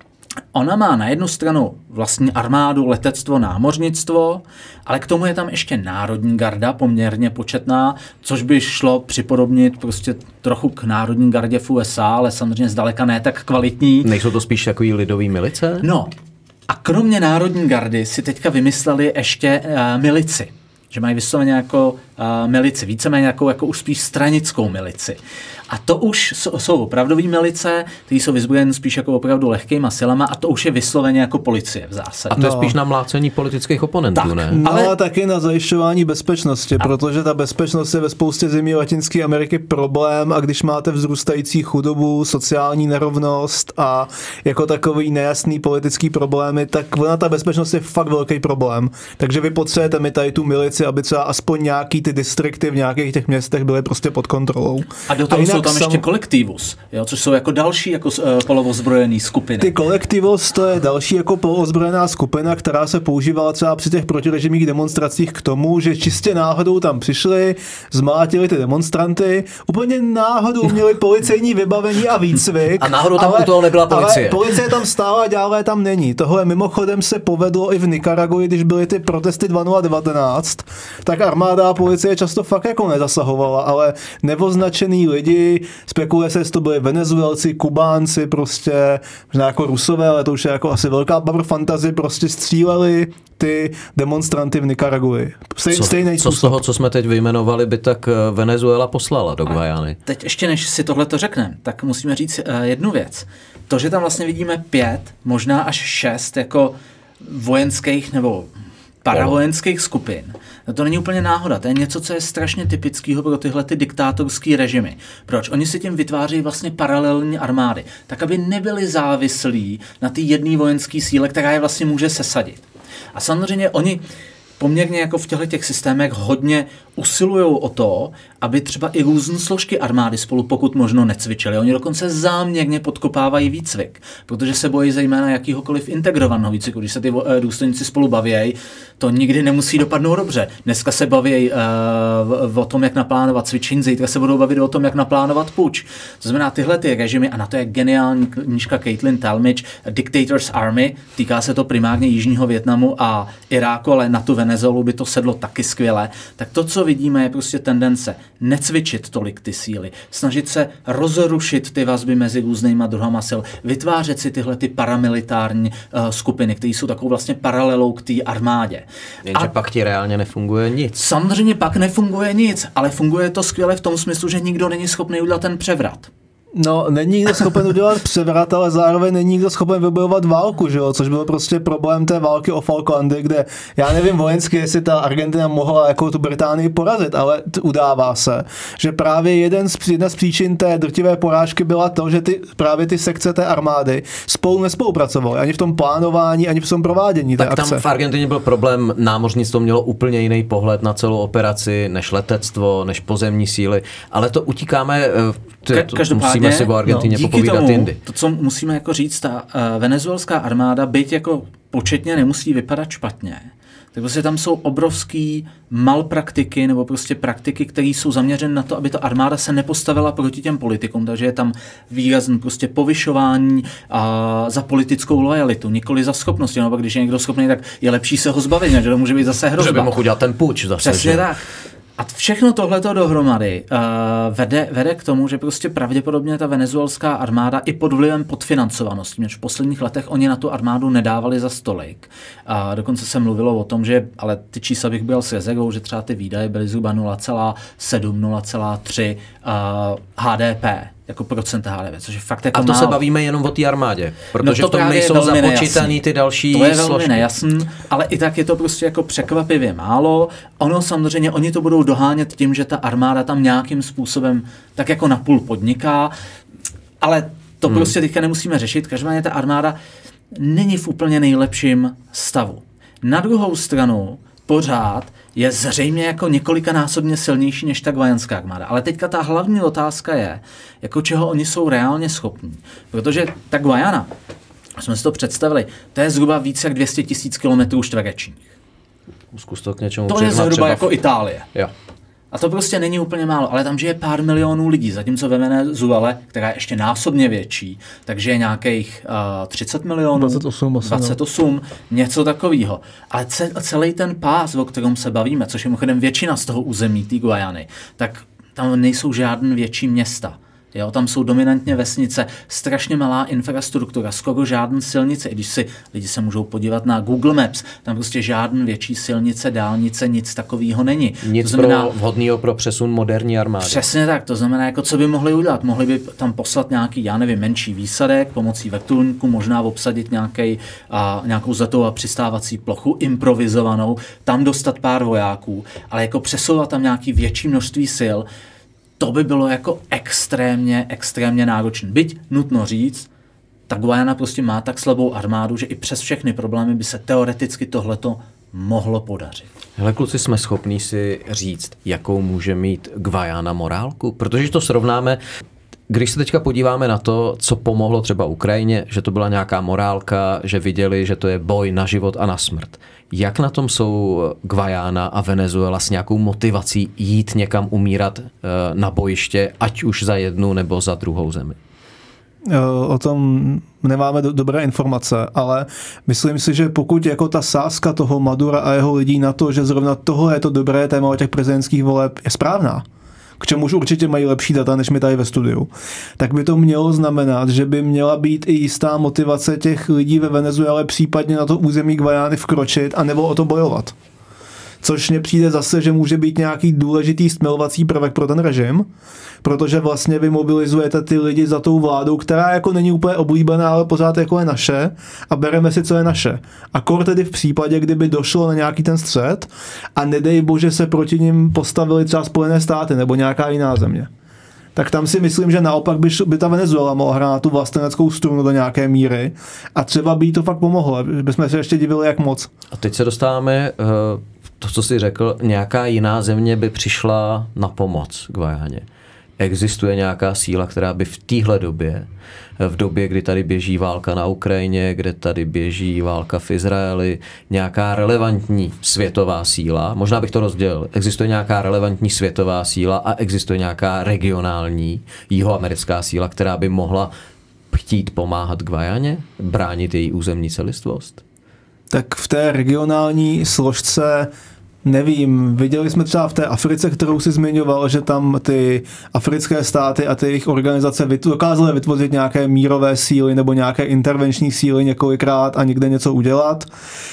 Ona má na jednu stranu vlastní armádu, letectvo, námořnictvo, ale k tomu je tam ještě národní garda, poměrně početná, což by šlo připodobnit prostě trochu k národní gardě v U S A, ale samozřejmě zdaleka ne tak kvalitní. Nejsou to spíš takový lidový milice? No a kromě národní gardy si teďka vymysleli ještě uh, milici. Že mají vysloveně jako uh, milici, víceméně jako, jako už spíš stranickou milici. A to už jsou, jsou opravdový milice, které jsou vyzbrojeny spíš jako opravdu lehkýma silama a to už je vysloveně jako policie v zásadě. A to no. je spíš na mlácení politických oponentů, tak, ne? No ale a taky na zajišťování bezpečnosti, a... protože ta bezpečnost je ve spoustě zemí Latinské Ameriky problém a když máte vzrůstající chudobu, sociální nerovnost a jako takový nejasný politický problémy, tak ona ta bezpečnost je fakt velký problém. Takže vy potřebujete mi tady tu milici, aby třeba aspoň nějaký ty distrikty v nějakých těch městech byly prostě pod kontrolou. A do toho a jsou tam sam... ještě kolektivus, jo, což jsou jako další jako uh, polovozbrojený skupiny. Ty kolektivus, to je další jako polovozbrojená skupina, která se používala třeba při těch protirežimních demonstracích k tomu, že čistě náhodou tam přišli, zmátili ty demonstranty, úplně náhodou měli policejní vybavení a výcvik. A náhodou tam ale, u toho nebyla policie. Ale policie tam stála, dále tam není. Tohle mimochodem se povedlo i v Nikaraguji, když byly ty protesty dva tisíce devatenáct, tak armáda a policie často fakt jako nezasahovala, ale neoznačený lidi, spekuluje se, jestli to byli Venezuelci, Kubánci, prostě možná jako Rusové, ale to už je jako asi velká bavr fantazie, prostě stříleli ty demonstranty v Nikaraguji. Stej, co, stejný co z toho, co jsme teď vyjmenovali, by tak Venezuela poslala do Guajany? Teď ještě než si tohle to řekneme, tak musíme říct uh, jednu věc. To, že tam vlastně vidíme pět, možná až šest jako vojenských nebo paravojenských skupin. No to není úplně náhoda, to je něco, co je strašně typického pro tyhle ty diktátorské režimy. Proč? Oni si tím vytváří vlastně paralelní armády, tak aby nebyli závislí na té jedné vojenské síle, která je vlastně může sesadit. A samozřejmě oni poměrně jako v těchto těch systémech hodně usilují o to, aby třeba i různé složky armády spolu pokud možno necvičily. Oni dokonce záměrně podkopávají výcvik, protože se bojí zejména jakýhokoliv integrovaného výcviku. Když se ty důstojníci spolu baví, to nikdy nemusí dopadnout dobře. Dneska se baví uh, o tom, jak naplánovat cvičení, zítra se budou bavit o tom, jak naplánovat puč. To znamená tyhle ty režimy, a na to je geniální knížka Caitlin Talmadge, Dictator's Army, týká se to primárně Jižního Vietnamu a Iráku, ale na tu Venezuelu by to sedlo taky skvěle. Tak to, co vidíme, je prostě tendence necvičit tolik ty síly, snažit se rozrušit ty vazby mezi různýma druhama sil, vytvářet si tyhle ty paramilitární uh, skupiny, které jsou takovou vlastně paralelou k té armádě. Jenže a pak ti reálně nefunguje nic. Samozřejmě pak nefunguje nic, ale funguje to skvěle v tom smyslu, že nikdo není schopný udělat ten převrat. No, není nikdo schopen udělat převrat, ale zároveň není nikdo schopen vybojovat válku, že jo? Což byl prostě problém té války o Falklandy, kde já nevím vojensky, jestli ta Argentina mohla jako tu Británii porazit, ale t- udává se, že právě jeden z, jedna z příčin té drtivé porážky byla to, že ty, právě ty sekce té armády spolu nespolupracovaly, ani v tom plánování, ani v tom provádění té tak akce. Tam v Argentině byl problém, námořnictvo mělo úplně jiný pohled na celou operaci, než letectvo, než pozemní síly, ale to utíkáme, ty, to Každopádně, musíme si o Argentině no, popovídat tomu, jindy. To, co musíme jako říct, ta uh, venezuelská armáda, byť jako početně nemusí vypadat špatně, tak prostě tam jsou obrovský malpraktiky nebo prostě praktiky, které jsou zaměřeny na to, aby ta armáda se nepostavila proti těm politikům, takže je tam výrazný prostě povyšování a za politickou lojalitu, nikoli za schopnosti. No, když je někdo schopný, tak je lepší se ho zbavit, že to může být zase hrozba. Že by mohl udělat ten puč zase. Přesně že? tak. A všechno tohleto dohromady uh, vede, vede k tomu, že prostě pravděpodobně ta venezuelská armáda i pod vlivem podfinancovanosti, v posledních letech oni na tu armádu nedávali za stolik. Uh, dokonce se mluvilo o tom, že, ale ty čísla bych byl s rezervou, že třeba ty výdaje byly zhruba nula celá sedm, nula celá tři uh, H D P. jako procent H D P, což je fakt jako A to málo. se bavíme jenom o té armádě, protože no v tom nejsou započítaný ty další složky. To je velmi složky. nejasný, ale i tak je to prostě jako překvapivě málo. Ono samozřejmě, oni to budou dohánět tím, že ta armáda tam nějakým způsobem tak jako napůl podniká, ale to hmm. prostě teďka nemusíme řešit. Každopádně ta armáda není v úplně nejlepším stavu. Na druhou stranu pořád je zřejmě jako několikanásobně silnější než ta guajanská armáda. Ale teďka ta hlavní otázka je, jako čeho oni jsou reálně schopní. Protože ta Guajana, jsme si to představili, to je zhruba více jak dvě stě tisíc kilometrů čtverečních. Zkus to k něčemu To je zhruba třeba jako v... Itálie. Jo. A to prostě není úplně málo, ale tam žije pár milionů lidí, zatímco ve Venezuele, která je ještě násobně větší, takže je nějakých uh, třicet milionů, dvacet osm, dvacet osm něco takového. Ale celý ten pás, o kterém se bavíme, což je mimochodem většina z toho území té Guajany, tak tam nejsou žádné větší města. Jo, tam jsou dominantně vesnice, strašně malá infrastruktura, skoro žádné silnice. I když si lidi se můžou podívat na Google Maps, tam prostě žádné větší silnice, dálnice, nic takového není. Nic to znamená, pro vhodného pro přesun moderní armády. Přesně tak, to znamená, jako co by mohli udělat. Mohli by tam poslat nějaký, já nevím, menší výsadek pomocí vrtulníku, možná obsadit nějaký, a, nějakou zatou a přistávací plochu, improvizovanou, tam dostat pár vojáků, ale jako přesouvat tam nějaký větší množství sil, to by bylo jako extrémně, extrémně náročné. Byť nutno říct, ta Guajana prostě má tak slabou armádu, že i přes všechny problémy by se teoreticky tohleto mohlo podařit. Hele kluci, jsme schopní si říct, jakou může mít Guajana morálku? Protože to srovnáme, když se teďka podíváme na to, co pomohlo třeba Ukrajině, že to byla nějaká morálka, že viděli, že to je boj na život a na smrt. Jak na tom jsou Guajana a Venezuela s nějakou motivací jít někam umírat na bojiště, ať už za jednu nebo za druhou zemi? O tom nemáme do, dobré informace, ale myslím si, že pokud jako ta sázka toho Madura a jeho lidí na to, že zrovna tohle je to dobré téma o těch prezidentských voleb, je správná, k čemuž určitě mají lepší data, než my tady ve studiu, tak by to mělo znamenat, že by měla být i jistá motivace těch lidí ve Venezuele případně na to území Guajány vkročit a nebo o to bojovat. Což mně přijde zase, že může být nějaký důležitý stmelovací prvek pro ten režim, protože vlastně vy mobilizujete ty lidi za tou vládou, která jako není úplně oblíbená, ale pořád jako je naše a bereme si, co je naše. A kor tedy v případě, kdyby došlo na nějaký ten střet a nedej bože se proti nim postavili třeba Spojené státy nebo nějaká jiná země. Tak tam si myslím, že naopak by, by ta Venezuela mohla hrát tu vlasteneckou strunu do nějaké míry a třeba by jí to fakt pomohlo. Bychom se ještě divili, jak moc. A teď se dostáváme, to, co jsi řekl, nějaká jiná země by přišla na pomoc Guajáně. Existuje nějaká síla, která by v téhle době, v době, kdy tady běží válka na Ukrajině, kde tady běží válka v Izraeli, nějaká relevantní světová síla, možná bych to rozdělil, existuje nějaká relevantní světová síla a existuje nějaká regionální jihoamerická síla, která by mohla chtít pomáhat Guajáně, bránit její územní celistvost? Tak v té regionální složce nevím, viděli jsme třeba v té Africe, kterou si zmiňoval, že tam ty africké státy a ty jejich organizace dokázaly vytvořit nějaké mírové síly nebo nějaké intervenční síly několikrát a někde něco udělat.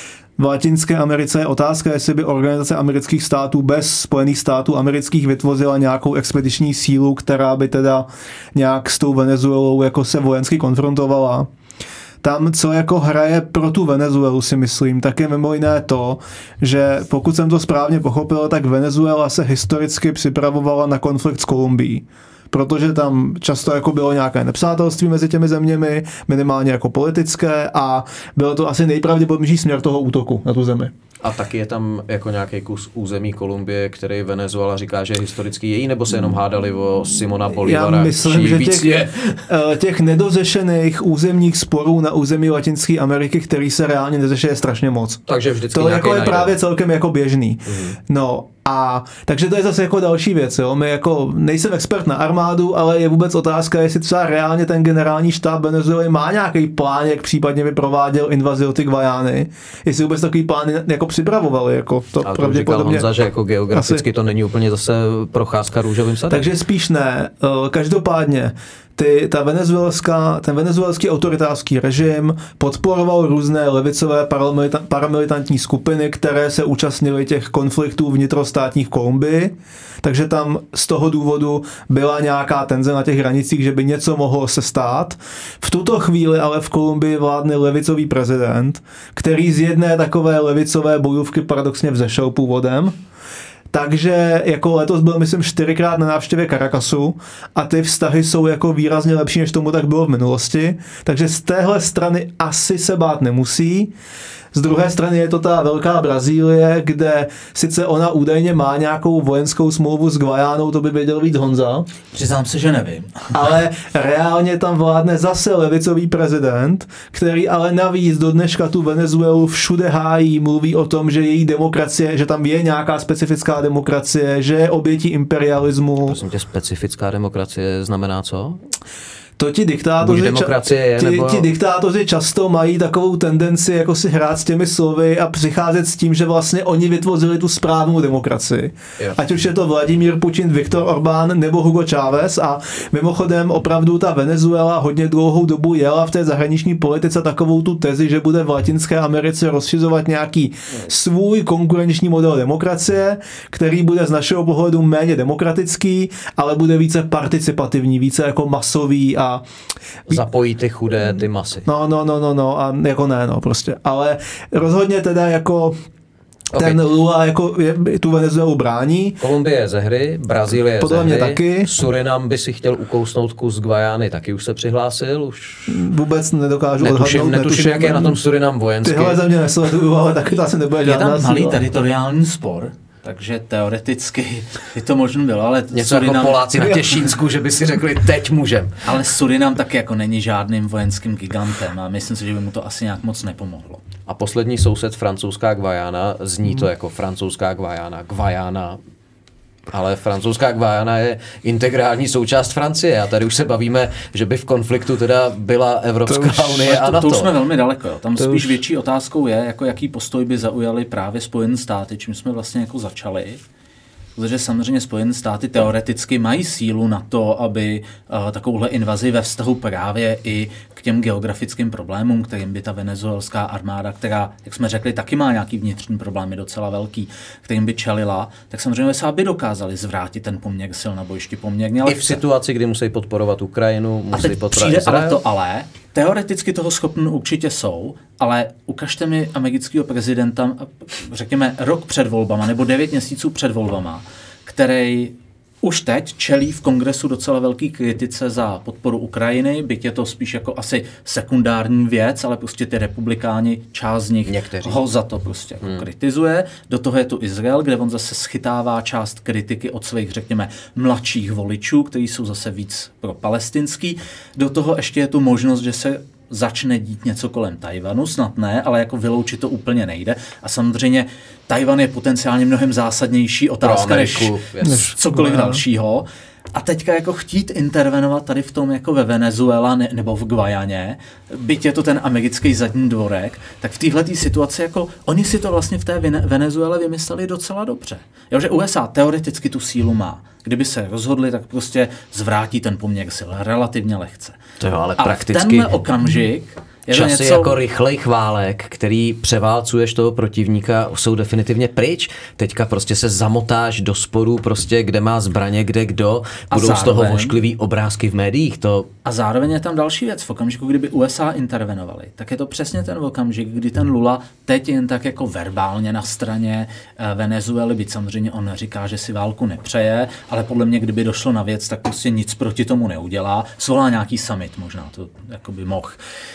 V Latinské Americe je otázka, jestli by Organizace amerických států bez Spojených států amerických vytvořila nějakou expediční sílu, která by teda nějak s tou Venezuelou jako se vojensky konfrontovala. Tam, co jako hraje pro tu Venezuelu, si myslím, tak je mimo jiné to, že pokud jsem to správně pochopil, tak Venezuela se historicky připravovala na konflikt s Kolumbií. Protože tam často jako bylo nějaké nepřátelství mezi těmi zeměmi, minimálně jako politické, a bylo to asi nejpravděpodobnější směr toho útoku na tu zemi. A taky je tam jako nějaký kus území Kolumbie, který Venezuela říká, že je historicky její, nebo se jenom hádali o Simona Bolívara? Já myslím, že těch, těch nedořešených územních sporů na území Latinské Ameriky, který se reálně neřeší, je strašně moc. Takže vždycky to jako je najde. právě celkem jako běžný. Mm. No a takže to je zase jako další věc. Jo? My jako nejsem expert na armádu, ale je vůbec otázka, jestli třeba reálně ten generální štáb Venezuely má nějaký plán, jak případně by prováděl invazi do ty Guajány. Jestli vůbec takový plán jako připravovali. Jako to ale to říkal Honza, že jako geograficky asi to není úplně zase procházka růžovým sadem. Takže spíš ne. Každopádně ty, ta venezuelská, ten venezuelský autoritářský režim podporoval různé levicové paramilita, paramilitantní skupiny, které se účastnily těch konfliktů vnitrostátních v Kolumbii, takže tam z toho důvodu byla nějaká tenze na těch hranicích, že by něco mohlo se stát. V tuto chvíli ale v Kolumbii vládne levicový prezident, který z jedné takové levicové bojůvky paradoxně vzešel původem. Takže jako letos byl, myslím, čtyřikrát na návštěvě Caracasu a ty vztahy jsou jako výrazně lepší, než tomu tak bylo v minulosti. Takže z téhle strany asi se bát nemusí. Z druhé strany je to ta velká Brazílie, kde sice ona údajně má nějakou vojenskou smlouvu s Guajánou, to by věděl víc Honza. Přiznám se, že nevím. Ale reálně tam vládne zase levicový prezident, který ale navíc do dneška tu Venezuelu všude hájí, mluví o tom, že její demokracie, že tam je nějaká specifická demokracie, že je obětí imperialismu. Prosím tě, specifická demokracie znamená co? To ti diktátoři, demokracie je, ti, nebo... ti diktátoři často mají takovou tendenci jako si hrát s těmi slovy a přicházet s tím, že vlastně oni vytvořili tu správnou demokracii. Jo. Ať už je to Vladimír Putin, Viktor Orbán nebo Hugo Chávez a mimochodem opravdu ta Venezuela hodně dlouhou dobu jela v té zahraniční politice takovou tu tezi, že bude v Latinské Americe rozšiřovat nějaký svůj konkurenční model demokracie, který bude z našeho pohledu méně demokratický, ale bude více participativní, více jako masový a zapojí ty chudé, ty masy. No, no, no, no, no, a jako ne, no, prostě. Ale rozhodně teda jako ten okay. Lula jako je, tu Venezuelu brání. Kolumbie je ze hry, Brazílie je podle ze mě hry, taky. Surinam by si chtěl ukousnout kus Guajány, taky už se přihlásil? Už... Vůbec nedokážu netuším, odhadnout. Netuším, jak je na tom Surinam vojensky. Tyhle země nesleduju, ale taky to asi nebude žádná síla. Je tam malý teritoriální spor, takže teoreticky by to možná bylo, ale něco Surinam... jako Poláci na Těšínsku, že by si řekli, teď můžem. Ale Surinam taky jako není žádným vojenským gigantem a myslím si, že by mu to asi nějak moc nepomohlo. A poslední soused francouzská Guajana, zní to jako francouzská Guajana, Guajana, ale francouzská Guajana je integrální součást Francie a tady už se bavíme, že by v konfliktu teda byla Evropská už, unie a NATO. To už jsme velmi daleko. Jo. Tam to spíš už... větší otázkou je, jako jaký postoj by zaujali právě Spojené státy, čím jsme vlastně jako začali. Protože samozřejmě Spojené státy teoreticky mají sílu na to, aby uh, takovouhle invazi ve vztahu právě i k těm geografickým problémům, kterým by ta venezuelská armáda, která, jak jsme řekli, taky má nějaký vnitřní problémy docela velký, kterým by čelila, tak samozřejmě se by dokázali zvrátit ten poměr sil na bojišti poměrně lehce. I v situaci, kdy musí podporovat Ukrajinu, musí a teď podporovat přijde Izrael. Ale to ale, teoreticky toho schopni určitě jsou, ale ukažte mi amerického prezidenta, řekněme rok před volbama nebo devět měsíců před volbama, který už teď čelí v kongresu docela velký kritice za podporu Ukrajiny, byť je to spíš jako asi sekundární věc, ale prostě ty republikáni, část z nich Někteří. ho za to prostě hmm. jako kritizuje. Do toho je tu Izrael, kde on zase schytává část kritiky od svých, řekněme, mladších voličů, kteří jsou zase víc pro palestinský. Do toho ještě je tu možnost, že se začne dít něco kolem Tajvanu, snad ne, ale jako vyloučit to úplně nejde. A samozřejmě Tajvan je potenciálně mnohem zásadnější otázka než, než cokoliv no. dalšího. A teďka jako chtít intervenovat tady v tom jako ve Venezuela ne, nebo v Guajaně, byť je to ten americký zadní dvorek, tak v téhletý situaci jako oni si to vlastně v té Venezuele vymysleli docela dobře. Jo, že U S A teoreticky tu sílu má. Kdyby se rozhodli, tak prostě zvrátí ten poměr sil relativně lehce. To jo, ale, ale prakticky... tenhle okamžik je časy něco... jako rychlejch válek, který převálcuješ toho protivníka, jsou definitivně pryč. Teďka prostě se zamotáš do sporů, prostě kde má zbraně, kde kdo. Budou zároveň, z toho vošklivý obrázky v médiích. To... A zároveň je tam další věc. V okamžiku, kdyby U S A intervenovali, tak je to přesně ten okamžik, kdy ten Lula teď jen tak jako verbálně na straně Venezuely, byť samozřejmě on říká, že si válku nepřeje, ale podle mě, kdyby došlo na věc, tak prostě nic proti tomu neudělá. Svolá nějaký summit možná, to jako by mohl.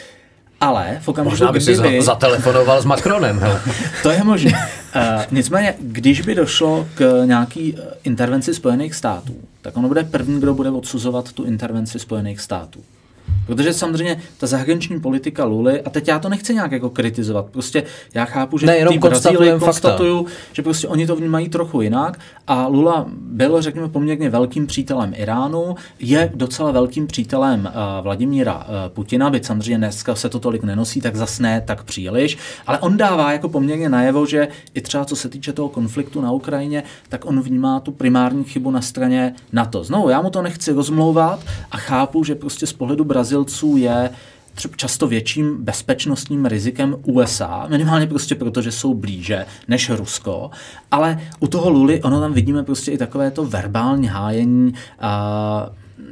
Ale v okamžiku, možná by si kdyby... zatelefonoval s Macronem. To je možné. Uh, nicméně, když by došlo k nějaký intervenci Spojených států, tak ono bude první, kdo bude odsuzovat tu intervenci Spojených států. Protože samozřejmě ta zahraniční politika Luly, a teď já to nechci nějak jako kritizovat, prostě já chápu, že ne, v té Brazílii konstatuju, že prostě oni to vnímají trochu jinak a Lula byl, řekněme, poměrně velkým přítelem Iránu, je docela velkým přítelem uh, Vladimíra uh, Putina, byť samozřejmě dneska se to tolik nenosí, tak zas ne tak příliš, ale on dává jako poměrně najevo, že i třeba co se týče toho konfliktu na Ukrajině, tak on vnímá tu primární chybu na straně NATO. Znovu, já mu to nechci rozmlouvat a chápu, že prostě z pohledu Brazilců je třeba často větším bezpečnostním rizikem U S A, minimálně prostě proto, že jsou blíže než Rusko, ale u toho Luly, ono tam vidíme prostě i takové to verbální hájení a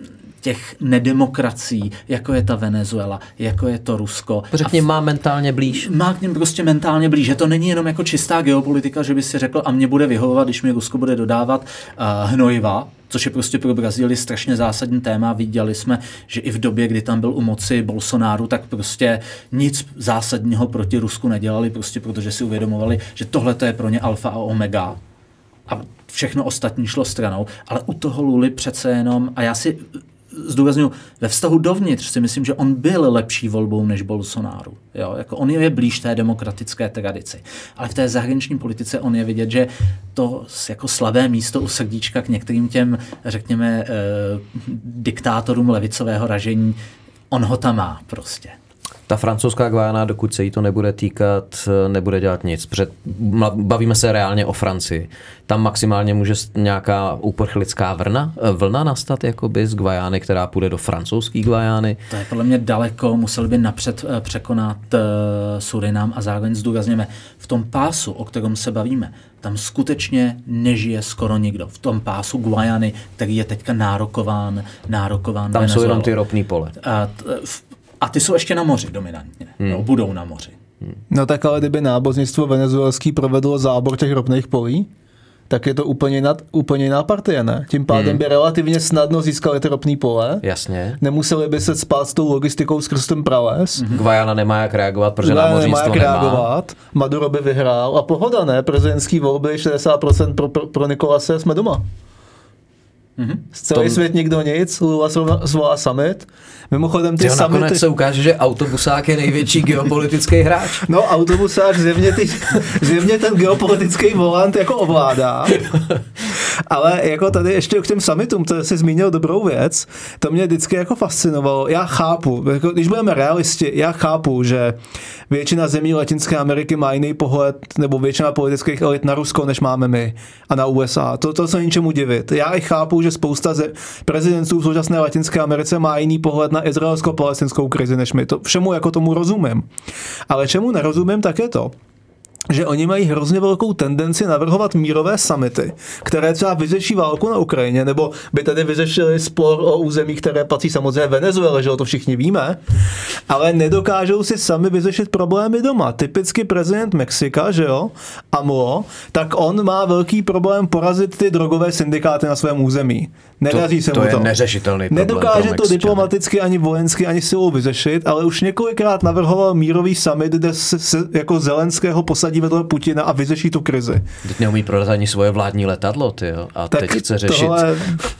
těch nedemokracií, jako je ta Venezuela, jako je to Rusko. Řekně, má mentálně blíž. Má k něm prostě mentálně blíž. Že to není jenom jako čistá geopolitika, že by si řekl, a mě bude vyhovovat, když mi Rusko bude dodávat uh, hnojiva, což je prostě pro Brazílii strašně zásadní téma. Viděli jsme, že i v době, kdy tam byl u moci Bolsonaro, tak prostě nic zásadního proti Rusku nedělali, prostě protože si uvědomovali, že tohle je pro ně alfa a omega. A všechno ostatní šlo stranou. Ale u toho Luly přece jenom, a já si zdůrazňuji, ve vztahu dovnitř si myslím, že on byl lepší volbou než Bolsonaro. Jo? Jako on je blíž té demokratické tradici. Ale v té zahraniční politice on je vidět, že to jako slabé místo u srdíčka k některým těm, řekněme, eh, diktátorům levicového ražení, on ho tam má prostě. Ta francouzská Guajana, dokud se jí to nebude týkat, nebude dělat nic. Před, bavíme se reálně o Francii. Tam maximálně může nějaká uprchlická vlna, vlna nastat jakoby z Guajány, která půjde do francouzské Guajány. To je podle mě daleko, museli by napřed překonat uh, Surinam a zároveň zdůrazněme, v tom pásu, o kterém se bavíme, tam skutečně nežije skoro nikdo. V tom pásu Guajany, který je teďka nárokován, nárokován Tam Venezuelou. jsou jenom ty ropný pole. A, t, v, A ty jsou ještě na moři dominantně. Hmm. No, budou na moři. Hmm. No tak ale kdyby náboženstvo venezuelský provedlo zábor těch ropných polí, tak je to úplně jiná, úplně jiná partie, ne? Tím pádem hmm. by relativně snadno získali ty ropný pole. Jasně. Nemuseli by se spát s tou logistikou skrz ten prales. Hmm. Guajana nemá jak reagovat, protože Guajana námořnictvo nemá. Jak nemá. reagovat. Maduro by vyhrál a pohoda, ne? Prezidentský volby šedesát procent pro, pro, pro Nikolase, jsme doma. Mm-hmm. Celý Tom... svět nikdo nic, Lula zvolá summit. Mimochodem ty Tyjo, summity... Nakonec se ukáže, že autobusák je největší geopolitický hráč. No autobusák zjevně, ty, zjevně ten geopolitický volant jako ovládá. Ale jako tady ještě k těm summitům, to jsi zmínil dobrou věc, to mě vždycky jako fascinovalo. Já chápu, jako, když budeme realisti, já chápu, že většina zemí Latinské Ameriky má jiný pohled, nebo většina politických elit na Rusko, než máme my a na U S A. To, to se ničemu divit. Já i chápu, že spousta ze prezidentů v současné Latinské Americe má jiný pohled na izraelsko-palestinskou krizi než my. To všemu jako tomu rozumím. Ale čemu nerozumím, tak je to, že oni mají hrozně velkou tendenci navrhovat mírové summity, které třeba vyřeší válku na Ukrajině, nebo by tady vyřešili spor o území, které patří samozřejmě Venezuele, že to všichni víme, ale nedokážou si sami vyřešit problémy doma. Typicky prezident Mexika, že jo, AMLO, tak on má velký problém porazit ty drogové syndikáty na svém území. Nedaří to, se to mu to. To je neřešitelný problém. Nedokáže to diplomaticky, ani vojensky, ani silou vyřešit, ale už několikrát navrhoval mírový summit, kde se, se jako Zelenského posadí vedle Putina a vyřeší tu krizi. Teď neumí prodat ani svoje vládní letadlo, tyjo, a tak teď chce řešit... Tohle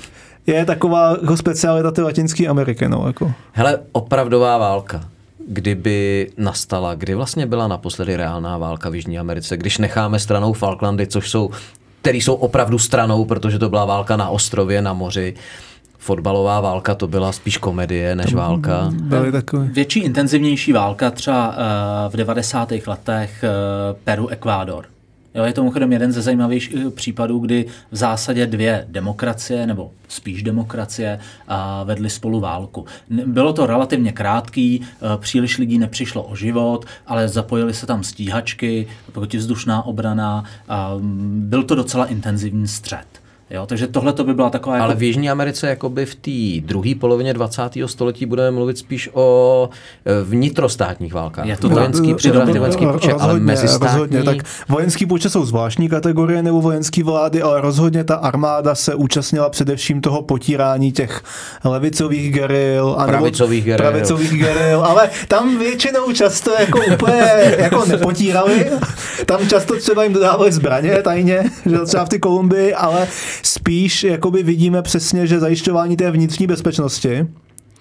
je taková jako specialita té Latinské Ameriky, no, jako. Hele, opravdová válka, kdyby nastala, kdy vlastně byla naposledy reálná válka v Jižní Americe, když necháme stranou Falklandy, což jsou, který jsou opravdu stranou, protože to byla válka na ostrově, na moři. Fotbalová válka to byla spíš komedie než válka. Byly takový. Větší, intenzivnější válka třeba uh, v devadesátých letech uh, Peru-Ekvádor. Jo, je to mimochodem jeden ze zajímavějších případů, kdy v zásadě dvě demokracie, nebo spíš demokracie, a vedly spolu válku. Bylo to relativně krátký, příliš lidí nepřišlo o život, ale zapojily se tam stíhačky, protivzdušná obrana, a byl to docela intenzivní střet. Jo, takže tohle to by byla taková... Ale jako... v Jižní Americe jakoby v té druhé polovině dvacátého století budeme mluvit spíš o vnitrostátních válkách. Je to vojenský předávky, vojenský puče, ale mezistátní... Rozhodně, tak vojenský puče jsou zvláštní kategorie nebo vojenský vlády, ale rozhodně ta armáda se účastnila především toho potírání těch levicových geril a pravicových geril. pravicových geril, ale tam většinou často jako úplně jako nepotírali. Tam často třeba jim dodávali zbraně tajně, že třeba v ty Kolumbii, ale spíš jakoby vidíme přesně, že zajišťování té vnitřní bezpečnosti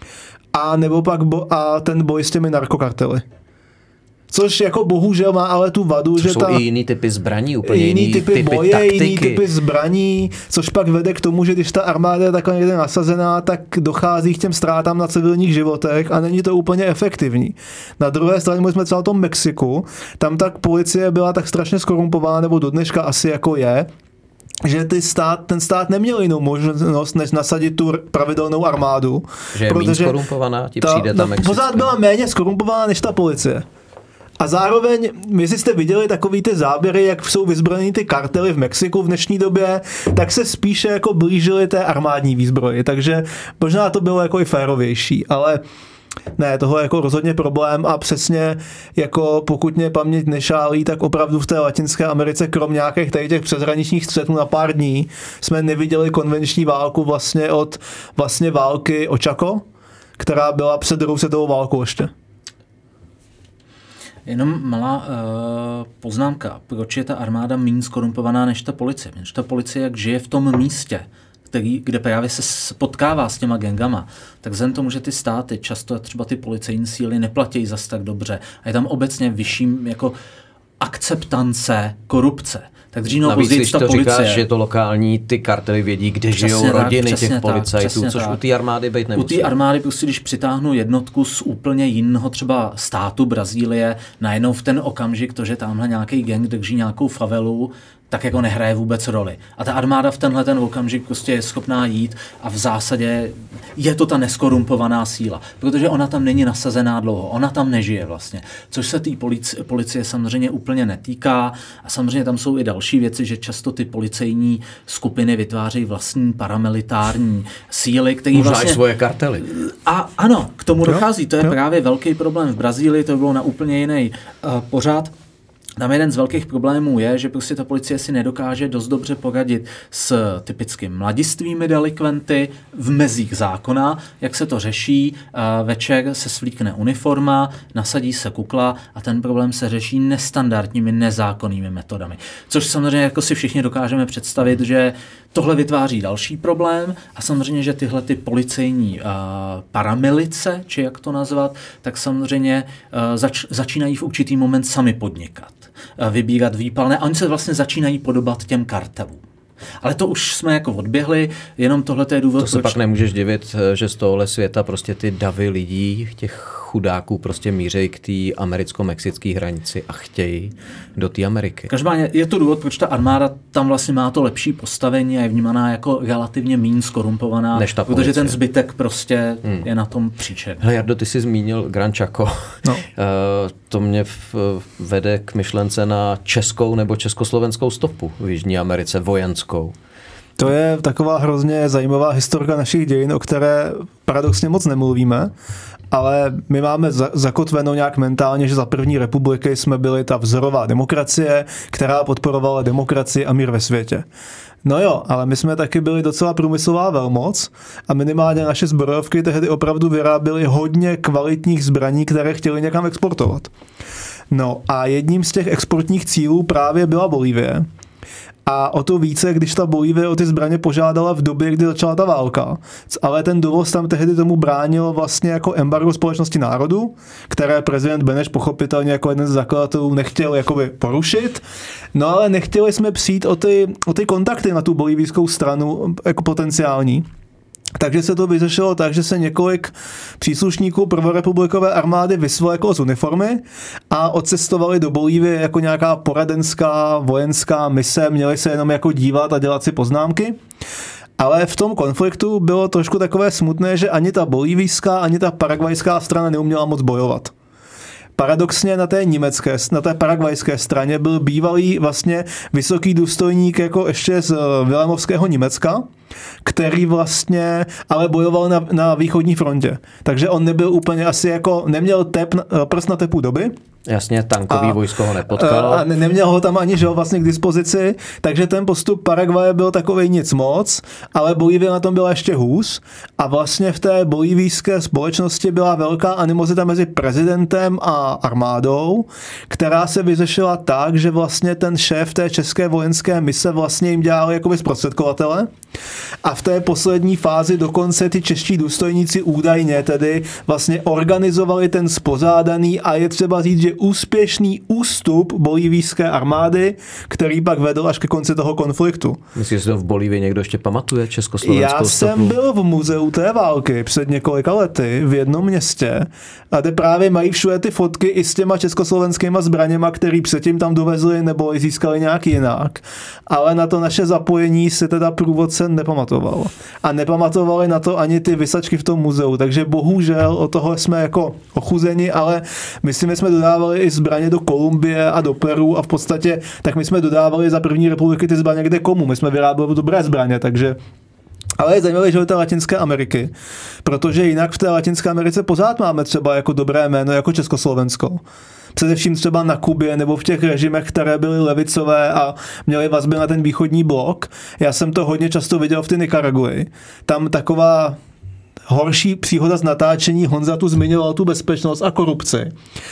a nebo pak bo, a ten boj s těmi narkokartely. Což jako bohužel má ale tu vadu, což že jsou ta... i jiný typy zbraní, úplně jiný jiný typy, typy boje, taktiky. jiný typy zbraní, což pak vede k tomu, že když ta armáda je takhle někde nasazená, tak dochází k těm ztrátám na civilních životech a není to úplně efektivní. Na druhé straně jsme třeba v tom Mexiku, tam tak policie byla tak strašně skorumpovaná, nebo do dneška asi jako je, že ty stát, ten stát neměl jinou možnost, než nasadit tu pravidelnou armádu. Že je méně skorumpovaná, ti ta, přijde ta no, mexická. Pořád byla méně skorumpovaná než ta policie. A zároveň, jestli jste viděli takový ty záběry, jak jsou vyzbrojení ty kartely v Mexiku v dnešní době, tak se spíše jako blížily té armádní výzbroji, takže možná to bylo jako i férovější, ale ne, tohle je jako rozhodně problém a přesně jako pokud mě paměť nešálí, tak opravdu v té Latinské Americe, krom nějakých tady těch přeshraničních střetů na pár dní, jsme neviděli konvenční válku vlastně od vlastně války o Chaco, která byla před druhou světovou válkou ještě. Jenom malá uh, poznámka. Proč je ta armáda méně skorumpovaná než ta policie? Než ta policie, jak žije v tom místě, který, kde právě se potkává s těma gangama, tak vzhledem tomu, že ty státy, často třeba ty policejní síly neplatí zas tak dobře a je tam obecně vyšší jako akceptance korupce. Tak dřív nebo později ta to policie... říkáš, že to lokální, ty kartely vědí, kde přesně žijou tak, rodiny těch tak, policajtů, což tak. u té armády být nemusí. U té armády prostě, když přitáhnou jednotku z úplně jiného třeba státu Brazílie, najednou v ten okamžik to, že tamhle nějaký gang drží nějakou favelu, tak jako nehraje vůbec roli. A ta armáda v tenhle ten okamžik prostě je schopná jít a v zásadě je to ta neskorumpovaná síla, protože ona tam není nasazená dlouho, ona tam nežije vlastně, což se té policie, policie samozřejmě úplně netýká a samozřejmě tam jsou i další věci, že často ty policejní skupiny vytvářejí vlastní paramilitární síly, které možná vlastně... i svoje kartely. A ano, k tomu jo, dochází, to je jo. právě velký problém v Brazílii, to bylo na úplně jiný uh, pořád. Tam jeden z velkých problémů je, že prostě ta policie si nedokáže dost dobře poradit s typicky mladistvými delikventy v mezích zákona, jak se to řeší, večer se svlíkne uniforma, nasadí se kukla a ten problém se řeší nestandardními, nezákonnými metodami. Což samozřejmě jako si všichni dokážeme představit, že tohle vytváří další problém a samozřejmě, že tyhle ty policejní uh, paramilice, či jak to nazvat, tak samozřejmě uh, zač- začínají v určitý moment sami podnikat, uh, vybírat výpalné a oni se vlastně začínají podobat těm kartelům. Ale to už jsme jako odběhli, jenom tohle je důvod, To se proč... pak nemůžeš divit, že z tohohle světa prostě ty davy lidí, těch chudáků prostě mířejí k té americko-mexické hranici a chtějí do té Ameriky. Každopádně je to důvod, proč ta armáda tam vlastně má to lepší postavení a je vnímaná jako relativně méně skorumpovaná, než ta protože policie. ten zbytek prostě hmm. je na tom příčet. Hele Jardo, ty jsi zmínil Gran Chaco. No. To mě vede k myšlence na českou nebo československou stopu v Jižní Americe, vojenskou. To je taková hrozně zajímavá historka našich dějin, o které paradoxně moc nemluvíme, ale my máme zakotveno nějak mentálně, že za první republiky jsme byli ta vzorová demokracie, která podporovala demokracii a mír ve světě. No jo, ale my jsme taky byli docela průmyslová velmoc a minimálně naše zbrojovky tehdy opravdu vyráběly hodně kvalitních zbraní, které chtěli někam exportovat. No a jedním z těch exportních cílů právě byla Bolívie. A o to více, když ta Bolívie o ty zbraně požádala v době, kdy začala ta válka. Ale ten dovoz tam tehdy tomu bránilo vlastně jako embargo Společnosti národů, které prezident Beneš pochopitelně jako jeden z zakladatelů nechtěl jakoby porušit. No ale nechtěli jsme přijít o ty, o ty kontakty na tu bolívijskou stranu jako potenciální. Takže se to vyřešilo tak, že se několik příslušníků prvorepublikové armády vysvléklo z uniformy a odcestovali do Bolívie jako nějaká poradenská vojenská mise, měli se jenom jako dívat a dělat si poznámky. Ale v tom konfliktu bylo trošku takové smutné, že ani ta bolívijská, ani ta paragvajská strana neuměla moc bojovat. Paradoxně na té německé, na té paragvajské straně byl bývalý vlastně vysoký důstojník jako ještě z Vilémovského Německa, který vlastně ale bojoval na, na východní frontě. Takže on nebyl úplně asi jako, neměl tep, prst na tepu doby, Jasně, tankový a, vojsko ho nepotkalo. A neměl ho tam ani, že ho vlastně k dispozici, takže ten postup Paraguaje byl takovej nic moc, ale Bolívie na tom byla ještě hůř a vlastně v té bolívijské společnosti byla velká animozita mezi prezidentem a armádou, která se vyřešila tak, že vlastně ten šéf té české vojenské mise vlastně jim dělal jakoby zprostředkovatele a v té poslední fázi dokonce ty čeští důstojníci údajně tedy vlastně organizovali ten spořádaný a je třeba říct, že úspěšný ústup bolívijské armády, který pak vedl až ke konci toho konfliktu. Myslíš, že se to v Bolívii někdo ještě pamatuje československou Já jsem stopu? byl v muzeu té války před několika lety v jednom městě a kde právě mají všude ty fotky i s těma československýma zbraněma, který předtím tam dovezli nebo získali nějak jinak. Ale na to naše zapojení se teda průvodce nepamatoval. A nepamatovali na to ani ty vysačky v tom muzeu, takže bohužel o toho jsme jako ochuzeni, ale myslím, že jsme dodávali i zbraně do Kolumbie a do Peru a v podstatě tak my jsme dodávali za první republiky ty zbraně kde komu. My jsme vyráběli dobré zbraně, takže ale je zajímavé, že do té Latinské Ameriky, protože jinak v té Latinské Americe pořád máme třeba jako dobré jméno, jako Československo. Především třeba na Kubě nebo v těch režimech, které byly levicové a měly vazby na ten východní blok. Já jsem to hodně často viděl v té Nikaraguji. Tam taková horší příhoda z natáčení, Honza tu zmiňoval tu bezpečnost a korupci.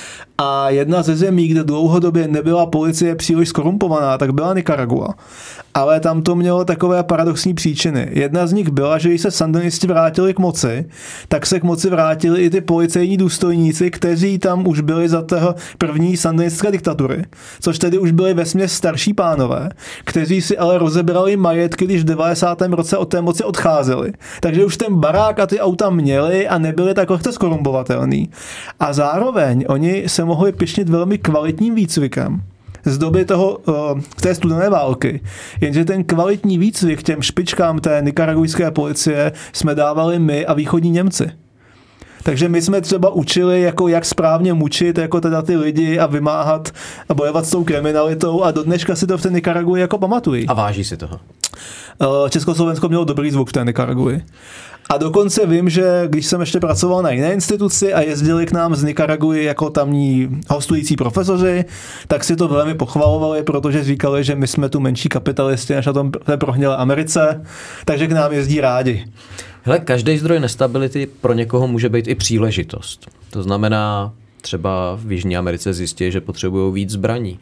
A jedna ze zemí, kde dlouhodobě nebyla policie příliš skorumpovaná, tak byla Nikaragua. Ale tam to mělo takové paradoxní příčiny. Jedna z nich byla, že když se sandinisti vrátili k moci, tak se k moci vrátili i ty policejní důstojníci, kteří tam už byli za toho první sandinistické diktatury, což tedy už byli vesměs starší pánové, kteří si ale rozebrali majetky, když v devadesátém roce od té moci odcházeli. Takže už ten barák a ty auta měli a nebyli tak lehce skorumbovatelný. A zároveň oni se mohli pyšnit velmi kvalitním výcvikem z doby toho, té studené války. Jenže ten kvalitní výcvik těm špičkám té nikaragujské policie jsme dávali my a východní Němci. Takže my jsme třeba učili, jako jak správně mučit jako teda ty lidi a vymáhat a bojovat s tou kriminalitou a do dneška si to v té Nikaraguji jako pamatují. A váží si toho? Československo mělo dobrý zvuk v té Nikaraguji. A dokonce vím, že když jsem ještě pracoval na jiné instituci a jezdili k nám z Nikaraguji jako tamní hostující profesoři, tak si to velmi pochvalovali, protože říkali, že my jsme tu menší kapitalisti než na tom té prohnilé Americe, takže k nám jezdí rádi. Hele, každý zdroj nestability pro někoho může být i příležitost. To znamená, třeba v Jižní Americe zjistí, že potřebují víc zbraní.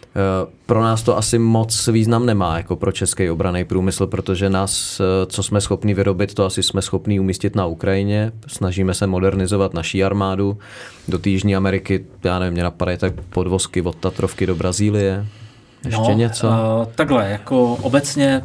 Pro nás to asi moc význam nemá, jako pro český obranný průmysl, protože nás, co jsme schopni vyrobit, to asi jsme schopni umístit na Ukrajině. Snažíme se modernizovat naší armádu. Do té Jižní Ameriky, já nevím, mě napadají tak podvozky od Tatrovky do Brazílie. Ještě no, něco? Uh, takhle, jako obecně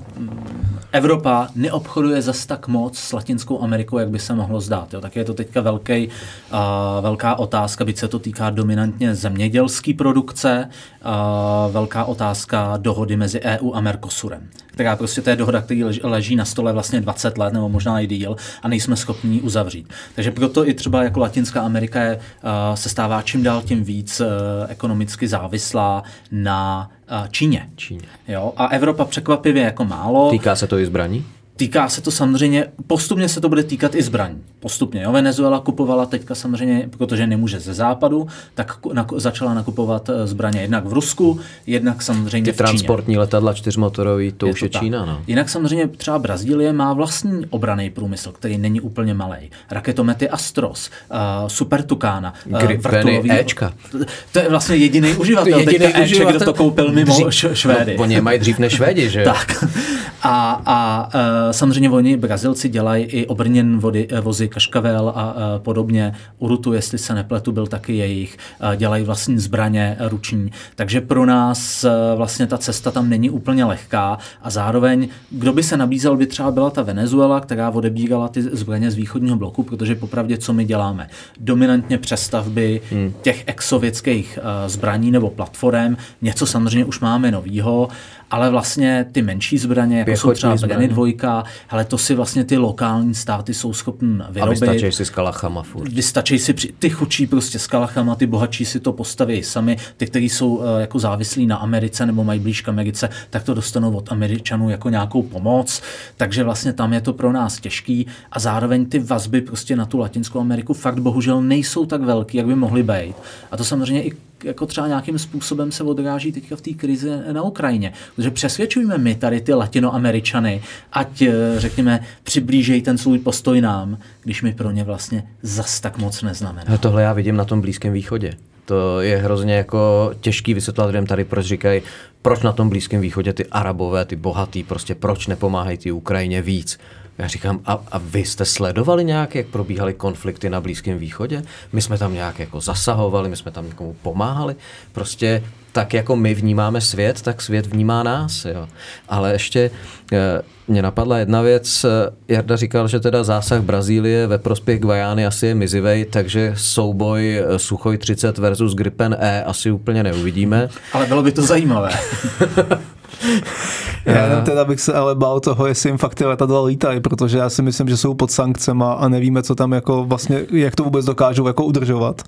Evropa neobchoduje zas tak moc s Latinskou Amerikou, jak by se mohlo zdát. Jo. Tak je to teďka velký, uh, velká otázka, byť se to týká dominantně zemědělské produkce, uh, velká otázka dohody mezi E U a Mercosurem, která prostě to je dohoda, která leží na stole vlastně dvacet let nebo možná i díl a nejsme schopni ji uzavřít. Takže proto i třeba jako Latinská Amerika je, uh, se stává čím dál tím víc uh, ekonomicky závislá na Číně. Číně. Jo? A Evropa překvapivě jako málo. Týká se to i zbraní? Týká se to samozřejmě, postupně se to bude týkat i zbraní. Postupně. Jo? Venezuela kupovala teďka samozřejmě, protože nemůže ze západu, tak naku, začala nakupovat zbraně jednak v Rusku, jednak samozřejmě Ty v Číně. transportní letadla čtyřmotorový, to je už to je tak. Čína. No. Jinak samozřejmě třeba Brazílie má vlastní obranný průmysl, který není úplně malej. Raketomety Astros, uh, Super Tucana, uh, Gripeny Ečka. To je vlastně jediný uživatel. Jediný teďka uživatel. Eček, kdo to koupil mimo Dří... Švédy. No, oni je mají dřív než Švédi, že jo? Tak. A, a uh, samozřejmě oni, Brazilci, dělají i obrněn vody, vozy Kaškavel a uh, podobně. Urutu, jestli se nepletu, byl taky jejich. Uh, dělají vlastní zbraně ruční. Takže pro nás uh, vlastně ta cesta tam není úplně lehká a zároveň, kdo by se nabízel, by třeba byla ta Venezuela, která odebírala ty zbraně z východního bloku, protože popravdě, co my děláme? Dominantně přestavby hmm. těch ex-sovětských uh, zbraní nebo platform. Něco samozřejmě už máme novýho, ale vlastně ty menší zbraně, jako jsou třeba Brany dvojka, ale to si vlastně ty lokální státy jsou schopni vyrobit. A vystačí si s kalachama furt. Vystačí si při, ty chudší prostě s kalachama, ty bohatší si to postaví sami, ty, kteří jsou uh, jako závislí na Americe nebo mají blíž k Americe, tak to dostanou od Američanů jako nějakou pomoc, takže vlastně tam je to pro nás těžký a zároveň ty vazby prostě na tu Latinskou Ameriku fakt bohužel nejsou tak velký, jak by mohly být. A to samozřejmě i jako třeba nějakým způsobem se odráží teďka v té krizi na Ukrajině. Protože přesvědčujeme my tady ty Latinoameričany, ať řekněme přiblížejí ten svůj postoj nám, když my pro ně vlastně zas tak moc neznamená. Tohle já vidím na tom Blízkém východě. To je hrozně jako těžký vysvětlovat lidem tady, proč říkají, proč na tom Blízkém východě ty Arabové, ty bohatý, prostě proč nepomáhají ty Ukrajině víc. Já říkám, a, a vy jste sledovali nějak, jak probíhaly konflikty na Blízkém východě? My jsme tam nějak jako zasahovali, my jsme tam někomu pomáhali. Prostě tak, jako my vnímáme svět, tak svět vnímá nás. Jo. Ale ještě e, mě napadla jedna věc. Jarda říkal, že teda zásah Brazílie ve prospěch Guajány asi je mizivej, takže souboj Suchoj třicet versus Gripen E asi úplně neuvidíme. Ale bylo by to zajímavé. Já jenom teda bych se ale bál toho, jestli jim fakt ty letadla lítají, protože já si myslím, že jsou pod sankcema a nevíme, co tam jako vlastně, jak to vůbec dokážou jako udržovat.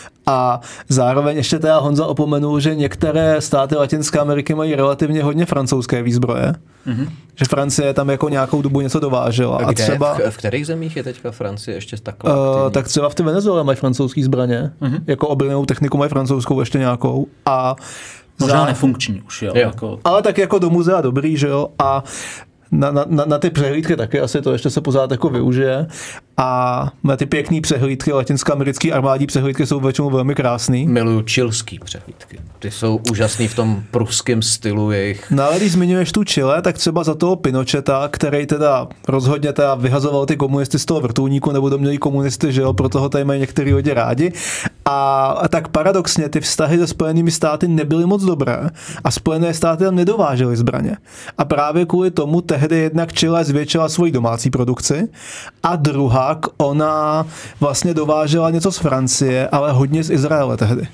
A zároveň ještě teda Honza opomenul, že některé státy Latinské Ameriky mají relativně hodně francouzské výzbroje. Mm-hmm. Že Francie tam jako nějakou dobu něco dovážela. A kde? Třeba, v, v kterých zemích je teďka Francie ještě takhle uh, Tak třeba v té Venezuele mají francouzské zbraně. Mm-hmm. Jako obrněnou techniku mají francouzskou ještě nějakou. A možná za... nefunkční už, jo. jo. Jako... Ale tak jako do muzea dobrý, že jo. A na, na, na ty přehlídky taky asi to ještě se pořád jako využije. A na ty pěkný přehlídky, latinskoamerické armádní přehlídky jsou většinou velmi krásný. Miluju chilský přehlídky. Ty jsou úžasný v tom pruském stylu jejich. No ale když zmiňuješ tu Chile, tak třeba za toho Pinocheta, který teda rozhodně teda vyhazoval ty komunisty z toho vrtulníku, nebo domělí komunisty, že jo, proto ho tady mají některý hodně rádi. A, a tak paradoxně ty vztahy se Spojenými státy nebyly moc dobré a Spojené státy tam nedovážely zbraně. A právě kvůli tomu tehdy jednak Chile zvětšila svoji domácí produkci a druhá ona vlastně dovážela něco z Francie, ale hodně z Izraele tehdy.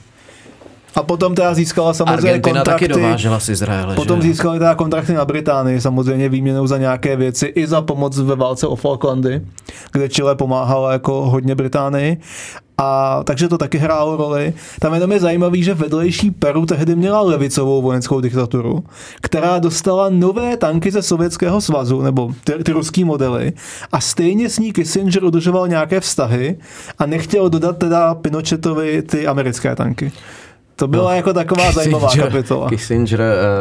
A potom teda získala samozřejmě Argentina kontrakty. Taky dovážela z Izraele, potom že? získali teda kontrakty na Británii, samozřejmě výměnou za nějaké věci i za pomoc ve válce o Falklandy, kde Chile pomáhala jako hodně Británii. A takže to taky hrálo roli. Tam jenom je zajímavý, že vedlejší Peru tehdy měla levicovou vojenskou diktaturu, která dostala nové tanky ze Sovětského svazu, nebo ty, ty ruský modely, a stejně s ní Kissinger udržoval nějaké vztahy a nechtěl dodat teda Pinochetovi ty americké tanky. To byla no, jako taková Kissinger, zajímavá kapitola. Kissinger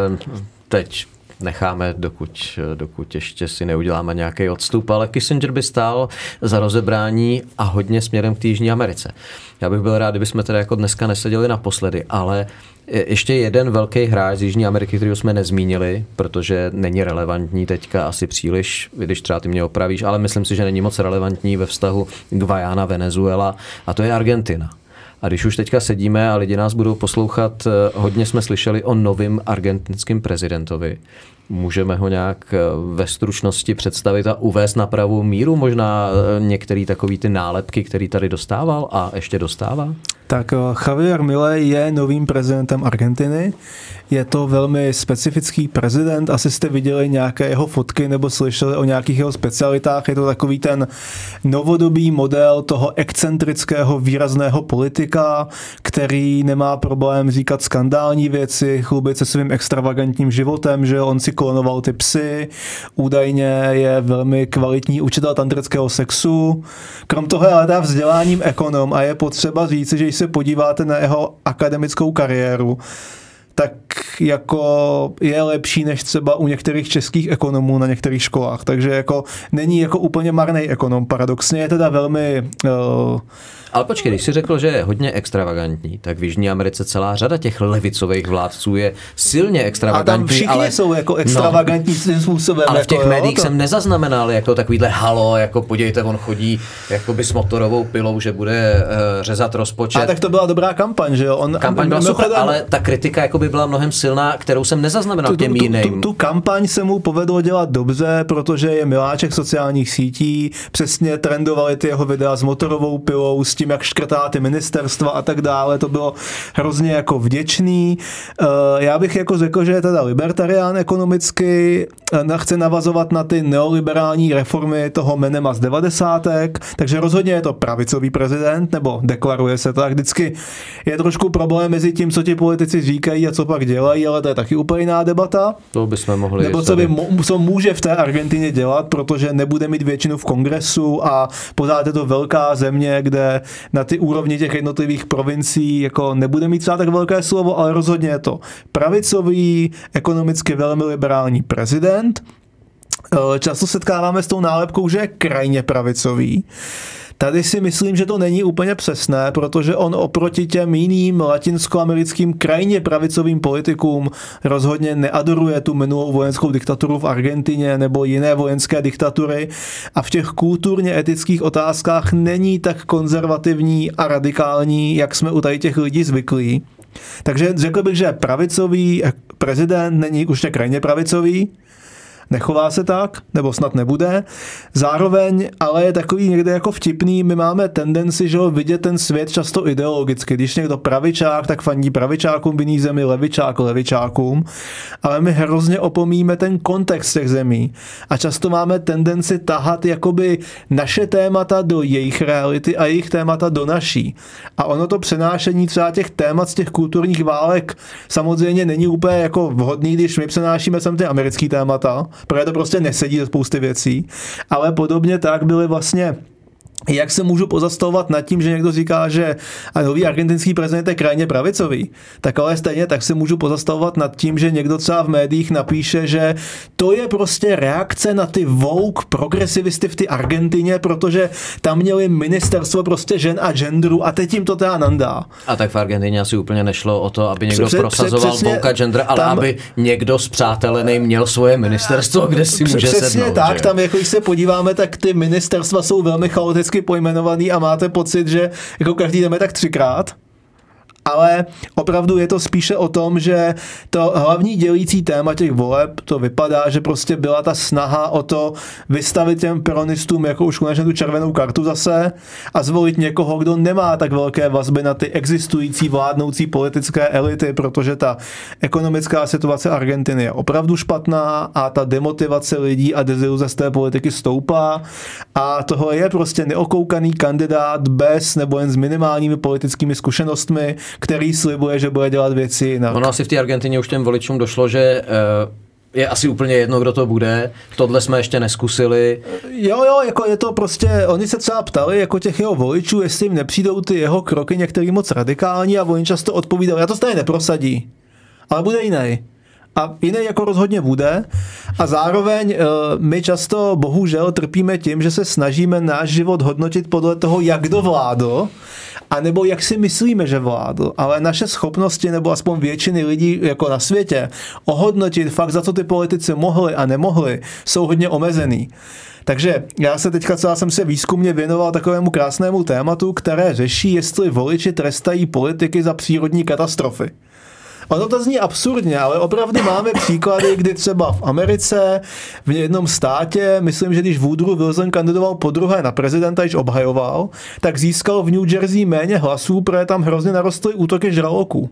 teď necháme, dokud, dokud ještě si neuděláme nějaký odstup, ale Kissinger by stál za rozebrání a hodně směrem k té Jižní Americe. Já bych byl rád, kdybychom teda jako dneska neseděli naposledy, ale ještě jeden velký hráč z Jižní Ameriky, kterýho jsme nezmínili, protože není relevantní teďka asi příliš, když třeba ty mě opravíš, ale myslím si, že není moc relevantní ve vztahu Guayana, Venezuela, a to je Argentina. A když už teďka sedíme a lidi nás budou poslouchat, hodně jsme slyšeli o novém argentinském prezidentovi. Můžeme ho nějak ve stručnosti představit a uvést na pravou míru možná některý takový ty nálepky, který tady dostával a ještě dostává? Tak Javier Milei je novým prezidentem Argentiny. Je to velmi specifický prezident. Asi jste viděli nějaké jeho fotky nebo slyšeli o nějakých jeho specialitách. Je to takový ten novodobý model toho excentrického výrazného politika, který nemá problém říkat skandální věci, chlubit se svým extravagantním životem, že on si klonoval ty psy. Údajně je velmi kvalitní učitel tantrického sexu. Krom toho je ale vzděláním ekonom a je potřeba říct, že když se podíváte na jeho akademickou kariéru, tak jako je lepší než třeba u některých českých ekonomů na některých školách. Takže jako není jako úplně marný ekonom, paradoxně je teda velmi... Uh, Ale počkej, když jsi řekl, že je hodně extravagantní, tak v Jižní Americe celá řada těch levicových vládců je silně extravagantní. A tam všichni ale... jsou jako extravagantní no, způsobem. Ale v těch jako, médiích to... jsem nezaznamenal jako takovýhle halo, jako podívejte, on chodí jakoby s motorovou pilou, že bude uh, řezat rozpočet. A tak to byla dobrá kampaň, že jo? On, kampaň byla super, chodem... ale ta kritika jakoby byla mnohem silná, kterou jsem nezaznamenal těm jiným. Tu, tu, tu kampaň se mu povedlo dělat dobře, protože je miláček sociálních sítí, přesně trendovali ty jeho videa s motorovou pilou, s tím, jak škrtá ty ministerstva a tak dále, to bylo hrozně jako vděčný. Já bych jako řekl, že je teda libertarián ekonomicky, chce navazovat na ty neoliberální reformy toho Menema z devadesátek, takže rozhodně je to pravicový prezident, nebo deklaruje se to, tak vždycky je trošku problém mezi tím, co ti politici říkají a co pak dělají. dělají, ale to je taky úplně jiná debata. To bychom mohli. Nebo co, by, co může v té Argentině dělat, protože nebude mít většinu v kongresu a pořád je to velká země, kde na ty úrovni těch jednotlivých provincií jako nebude mít třeba tak velké slovo, ale rozhodně je to pravicový, ekonomicky velmi liberální prezident. Často setkáváme s tou nálepkou, že je krajně pravicový. Tady si myslím, že to není úplně přesné, protože on oproti těm jiným latinskoamerickým krajně pravicovým politikům rozhodně neadoruje tu minulou vojenskou diktaturu v Argentině nebo jiné vojenské diktatury a v těch kulturně etických otázkách není tak konzervativní a radikální, jak jsme u tady těch lidí zvyklí. Takže řekl bych, že pravicový prezident není už krajně pravicový, nechová se tak, nebo snad nebude. Zároveň ale je takový někde jako vtipný, my máme tendenci, že ho vidět ten svět často ideologicky. Když někdo pravičák, tak fandí pravičákům v jiný zemi, levičák levičákům, ale my hrozně opomíme ten kontext těch zemí a často máme tendenci tahat jakoby naše témata do jejich reality a jejich témata do naší. A ono to přenášení třeba těch témat z těch kulturních válek samozřejmě není úplně jako vhodný, když my přenášíme sem ty americký témata, protože to prostě nesedí do spousty věcí, ale podobně tak byly vlastně, jak se můžu pozastavovat nad tím, že někdo říká, že nový argentinský prezident je krajně pravicový, tak ale stejně tak se můžu pozastavovat nad tím, že někdo třeba v médiích napíše, že to je prostě reakce na ty woke progresivisty v té Argentině, protože tam měli ministerstvo prostě žen a genderu a teď jim to teda nandá. A tak v Argentině asi úplně nešlo o to, aby někdo Pře- prosazoval přesně, woke a gender, ale tam, aby někdo spřátelený měl svoje ministerstvo, kde si může přesně sednout. Přesně tak, že? Tam jako když se podíváme, tak ty ministerstva jsou velmi chaoticky pojmenovaný a máte pocit, že jako každý jdeme tak třikrát. Ale opravdu je to spíše o tom, že to hlavní dělící téma těch voleb, to vypadá, že prostě byla ta snaha o to vystavit těm peronistům jako už konečně tu červenou kartu zase a zvolit někoho, kdo nemá tak velké vazby na ty existující vládnoucí politické elity, protože ta ekonomická situace Argentiny je opravdu špatná a ta demotivace lidí a deziluze z té politiky stoupá a tohle je prostě neokoukaný kandidát bez nebo jen s minimálními politickými zkušenostmi, který slibuje, že bude dělat věci jinak. Ono asi v té Argentině už těm voličům došlo, že uh, je asi úplně jedno, kdo to bude. Tohle jsme ještě neskusili. Jo, jo, jako je to prostě, oni se třeba ptali jako těch jeho voličů, jestli jim nepřijdou ty jeho kroky některý moc radikální a oni často odpovídali, já to stejně neprosadí, ale bude jiný. A jiný jako rozhodně bude. A zároveň my často bohužel trpíme tím, že se snažíme náš život hodnotit podle toho, jak kdo vládl, anebo jak si myslíme, že vládl. Ale naše schopnosti, nebo aspoň většiny lidí jako na světě, ohodnotit fakt, za co ty politici mohli a nemohli, jsou hodně omezený. Takže já se teďka celá jsem se výzkumně věnoval takovému krásnému tématu, které řeší, jestli voliči trestají politiky za přírodní katastrofy. Ono to zní absurdně, ale opravdu máme příklady, kdy třeba v Americe, v jednom státě, myslím, že když Woodrow Wilson kandidoval podruhé na prezidenta, když obhajoval, tak získal v New Jersey méně hlasů, protože tam hrozně narostly útoky žraloků.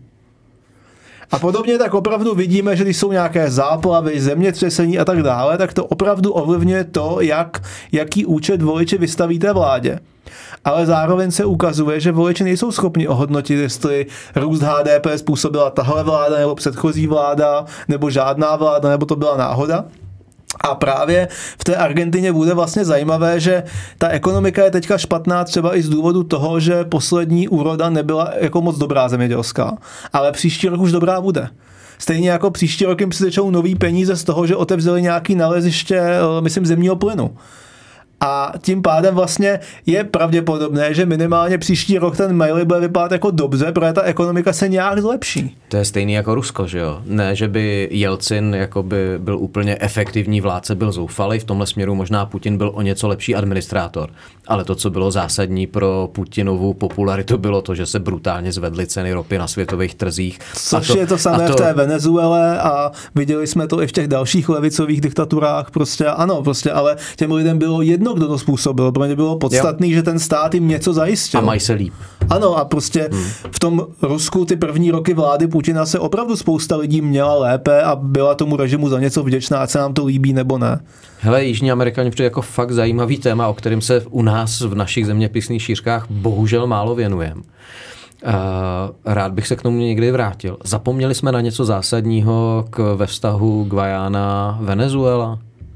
A podobně tak opravdu vidíme, že když jsou nějaké záplavy, zemětřesení a tak dále, tak to opravdu ovlivňuje to, jak, jaký účet voliči vystaví té vládě. Ale zároveň se ukazuje, že voliči nejsou schopni ohodnotit, jestli růst H D P způsobila tahle vláda, nebo předchozí vláda, nebo žádná vláda, nebo to byla náhoda. A právě v té Argentině bude vlastně zajímavé, že ta ekonomika je teďka špatná třeba i z důvodu toho, že poslední úroda nebyla jako moc dobrá zemědělská. Ale příští rok už dobrá bude. Stejně jako příští rok jim přitečou nový peníze z toho, že otevřeli nějaký naleziště, myslím, zemního plynu. A tím pádem vlastně je pravděpodobné, že minimálně příští rok ten mail bude vypadat jako dobře, protože ta ekonomika se nějak zlepší. To je stejný jako Rusko, že jo? Ne, že by Jelcin jakoby byl úplně efektivní vládce, byl zoufalý, v tomhle směru možná Putin byl o něco lepší administrátor. Ale to, co bylo zásadní pro Putinovu popularitu, bylo to, že se brutálně zvedly ceny ropy na světových trzích. Což to, je to samé to... v té Venezuele a viděli jsme to i v těch dalších levicových diktaturách. Prostě ano, prostě, ale těm lidem bylo jedno, kdo to způsobil. Pro ně bylo podstatný, jo. že ten stát jim něco zajistil. A mají se líp. Ano, a prostě hmm. v tom Rusku ty první roky vlády Putina se opravdu spousta lidí měla lépe a byla tomu režimu za něco vděčná, ať se nám to líbí nebo ne. Hele, Jižní Amerika mě přijde jako fakt zajímavý téma, o kterém se u nás v našich zeměpisných šířkách bohužel málo věnujeme. Rád bych se k tomu někdy vrátil. Zapomněli jsme na něco zásadního k, ve vztahu Guajana Venezuela?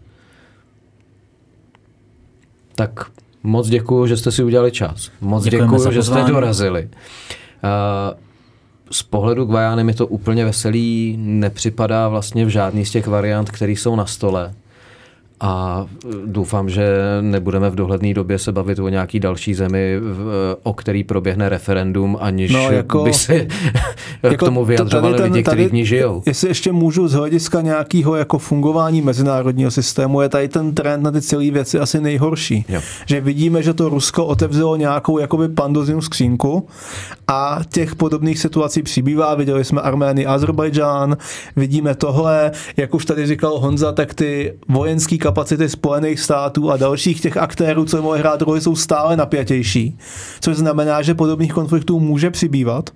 Tak moc děkuju, že jste si udělali čas. Moc děkuju, že jste dorazili. Z pohledu Guajany mi to úplně veselý nepřipadá vlastně v žádný z těch variant, které jsou na stole. A doufám, že nebudeme v dohledné době se bavit o nějaký další zemi, o který proběhne referendum, aniž no, jako, by se jako k tomu vyjadřovali lidi, kteří v ní žijou. Jestli ještě můžu z hlediska nějakého jako fungování mezinárodního systému, je tady ten trend na ty celé věci asi nejhorší. Jo. Že vidíme, že to Rusko otevřelo nějakou jakoby Pandořinu skřínku a těch podobných situací přibývá. Viděli jsme Arménii, Azerbajdžán, vidíme tohle, jak už tady říkal Honza, tak ty vojenský kapacity Spojených států a dalších těch aktérů, co mohly hrát roli, jsou stále napjatější. Což znamená, že podobných konfliktů může přibývat.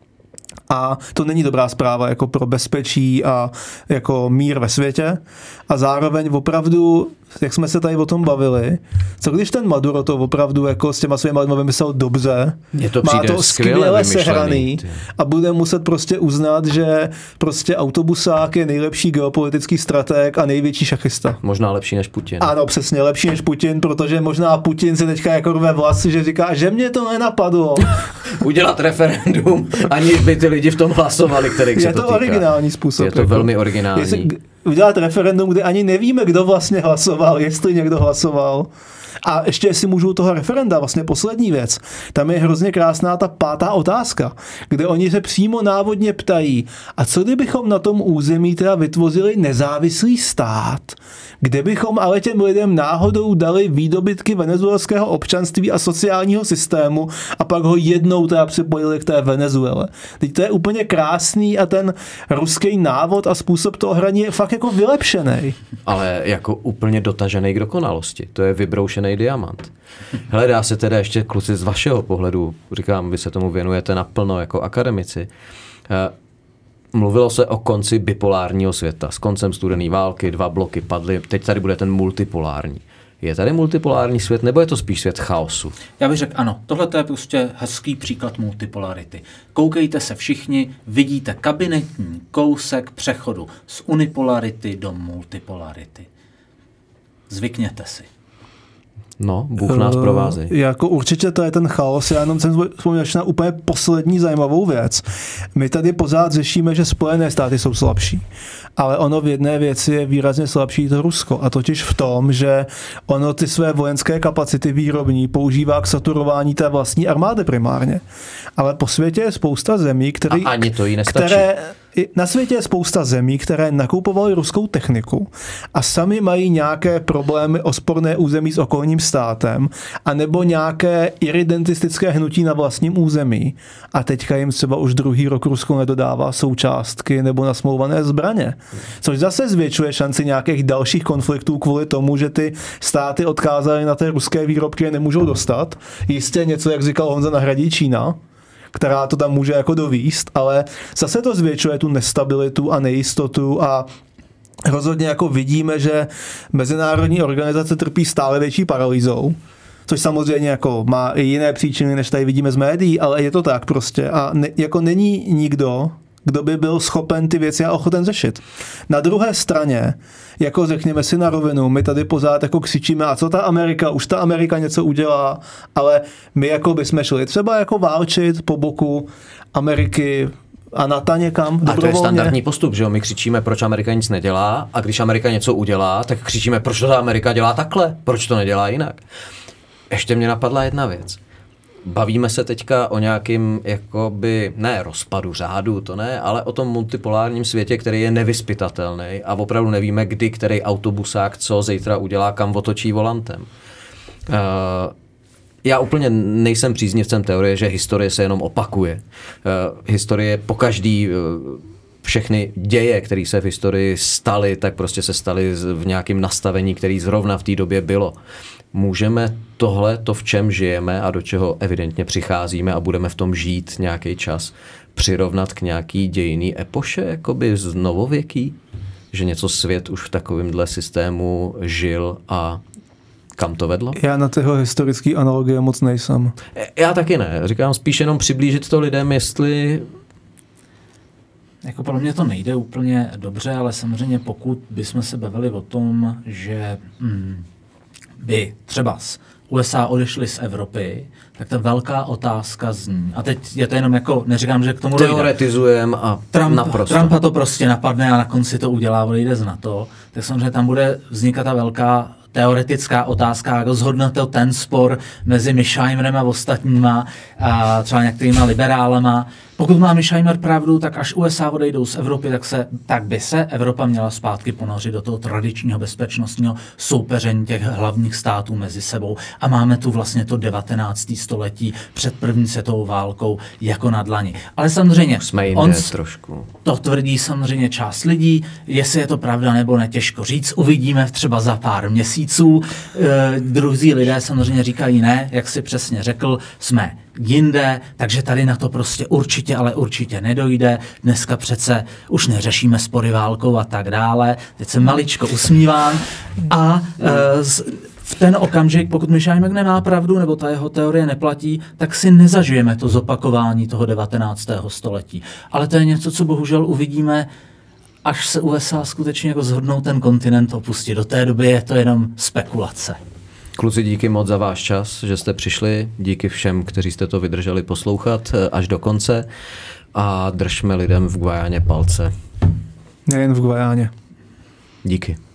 A to není dobrá zpráva jako pro bezpečí a jako mír ve světě. A zároveň opravdu, jak jsme se tady o tom bavili, co když ten Maduro to opravdu jako s těma svými lidmi vymyslel dobře, to má to skvěle sehraný a bude muset prostě uznat, že prostě autobusák je nejlepší geopolitický strateg a největší šachista. Možná lepší než Putin. Ano, přesně, lepší než Putin, protože možná Putin si teďka jako rve vlasy, že říká, že mě to nenapadlo. Udělat referendum, aniž by ty lidi v tom hlasovali, kterých se je to to týká. originální způsob. Je to jako velmi originální. Jestli udělat referendum, kde ani nevíme, kdo vlastně hlasoval, jestli někdo hlasoval. A ještě jestli můžu u toho referenda, vlastně poslední věc. Tam je hrozně krásná ta pátá otázka, kde oni se přímo návodně ptají, a co kdybychom na tom území teda vytvořili nezávislý stát, kde bychom ale těm lidem náhodou dali výdobytky venezuelského občanství a sociálního systému a pak ho jednou teda připojili k té Venezuele. Teď to je úplně krásný a ten ruský návod a způsob toho hraní je fakt jako vylepšený. Ale jako úplně dotažený k dokonalosti. To je vybroušený diamant. Hele, dá se teda ještě, kluci, z vašeho pohledu, říkám, vy se tomu věnujete naplno jako akademici, mluvilo se o konci bipolárního světa. S koncem studené války dva bloky padly, teď tady bude ten multipolární. Je tady multipolární svět, nebo je to spíš svět chaosu? Já bych řekl ano, tohle je prostě hezký příklad multipolarity. Koukejte se všichni, vidíte kabinetní kousek přechodu z unipolarity do multipolarity. Zvykněte si. No, Bůh nás provází. Uh, jako určitě to je ten chaos. Já jenom jsem vzpomněl na úplně poslední zajímavou věc. My tady pořád řešíme, že Spojené státy jsou slabší. Ale ono v jedné věci je výrazně slabší to Rusko. A totiž v tom, že ono ty své vojenské kapacity výrobní používá k saturování té vlastní armády primárně. Ale po světě je spousta zemí, který, a ani to jí nestačí. které... Na světě je spousta zemí, které nakupovaly ruskou techniku a sami mají nějaké problémy osporné území s okolním státem anebo nějaké iridentistické hnutí na vlastním území. A teďka jim třeba už druhý rok Rusko nedodává součástky nebo nasmlouvané zbraně. Což zase zvětšuje šanci nějakých dalších konfliktů kvůli tomu, že ty státy odkázaly na té ruské výrobky a nemůžou dostat. Jistě něco, jak říkal Honza, nahradí Čína, která to tam může jako dovíst, ale zase to zvětšuje tu nestabilitu a nejistotu a rozhodně jako vidíme, že mezinárodní organizace trpí stále větší paralýzou, což samozřejmě jako má i jiné příčiny, než tady vidíme z médií, ale je to tak prostě a ne, jako není nikdo, kdo by byl schopen ty věci a ochoten řešit. Na druhé straně, jako řekněme si na rovinu, my tady pořád jako křičíme, a co ta Amerika, už ta Amerika něco udělá, ale my jako bychom šli třeba jako válčit po boku Ameriky a NATO někam dobrovolně. A to je standardní postup, že jo? My křičíme, proč Amerika nic nedělá, a když Amerika něco udělá, tak křičíme, proč to ta Amerika dělá takhle, proč to nedělá jinak. Ještě mě napadla jedna věc. Bavíme se teďka o nějakým, jakoby, ne rozpadu řádu, to ne, ale o tom multipolárním světě, který je nevyzpytatelný a opravdu nevíme, kdy který autobusák co zítra udělá, kam otočí volantem. Uh, já úplně nejsem příznivcem teorie, že historie se jenom opakuje. Uh, historie pokaždý, uh, všechny děje, které se v historii staly, tak prostě se staly v nějakém nastavení, který zrovna v té době bylo. Můžeme tohle, to v čem žijeme a do čeho evidentně přicházíme a budeme v tom žít nějaký čas, přirovnat k nějaký dějinný epoše, jakoby z novověký? Že něco svět už v takovémhle systému žil a kam to vedlo? Já na tyhle historické analogie moc nejsem. Já taky ne. Říkám spíš jenom přiblížit to lidem, jestli... Jako pro mě to nejde úplně dobře, ale samozřejmě pokud bychom se bavili o tom, že hmm, by třeba z U S A odešli z Evropy, tak ta velká otázka zní. A teď je to jenom jako, neříkám, že k tomu teoretizujeme a Trump, naprosto. Trumpa to prostě napadne a na konci to udělá, odejde z NATO, tak samozřejmě tam bude vznikat ta velká teoretická otázka, rozhodne to ten spor mezi Michaimerem a ostatníma, a třeba některýma liberálama. Pokud má Michaimer pravdu, tak až U S A odejdou z Evropy, tak, se, tak by se Evropa měla zpátky ponořit do toho tradičního bezpečnostního soupeření těch hlavních států mezi sebou. A máme tu vlastně to devatenácté století před první světovou válkou jako na dlani. Ale samozřejmě, jsme on trošku. To tvrdí samozřejmě část lidí, jestli je to pravda nebo ne, těžko říct. Uvidíme třeba za pár měsíců. E, druzí lidé samozřejmě říkají ne, jak si přesně řekl, jsme jinde, takže tady na to prostě určitě, ale určitě nedojde. Dneska přece už neřešíme spory válkou a tak dále. Teď se maličko usmívám a e, z, v ten okamžik, pokud Michaimer nemá pravdu, nebo ta jeho teorie neplatí, tak si nezažijeme to zopakování toho devatenáctého století. Ale to je něco, co bohužel uvidíme, až se U S A skutečně jako zhodnou ten kontinent opustit. Do té doby je to jenom spekulace. Kluci, díky moc za váš čas, že jste přišli. Díky všem, kteří jste to vydrželi poslouchat až do konce. A držme lidem v Guajáně palce. Nejen v Guajáně. Díky.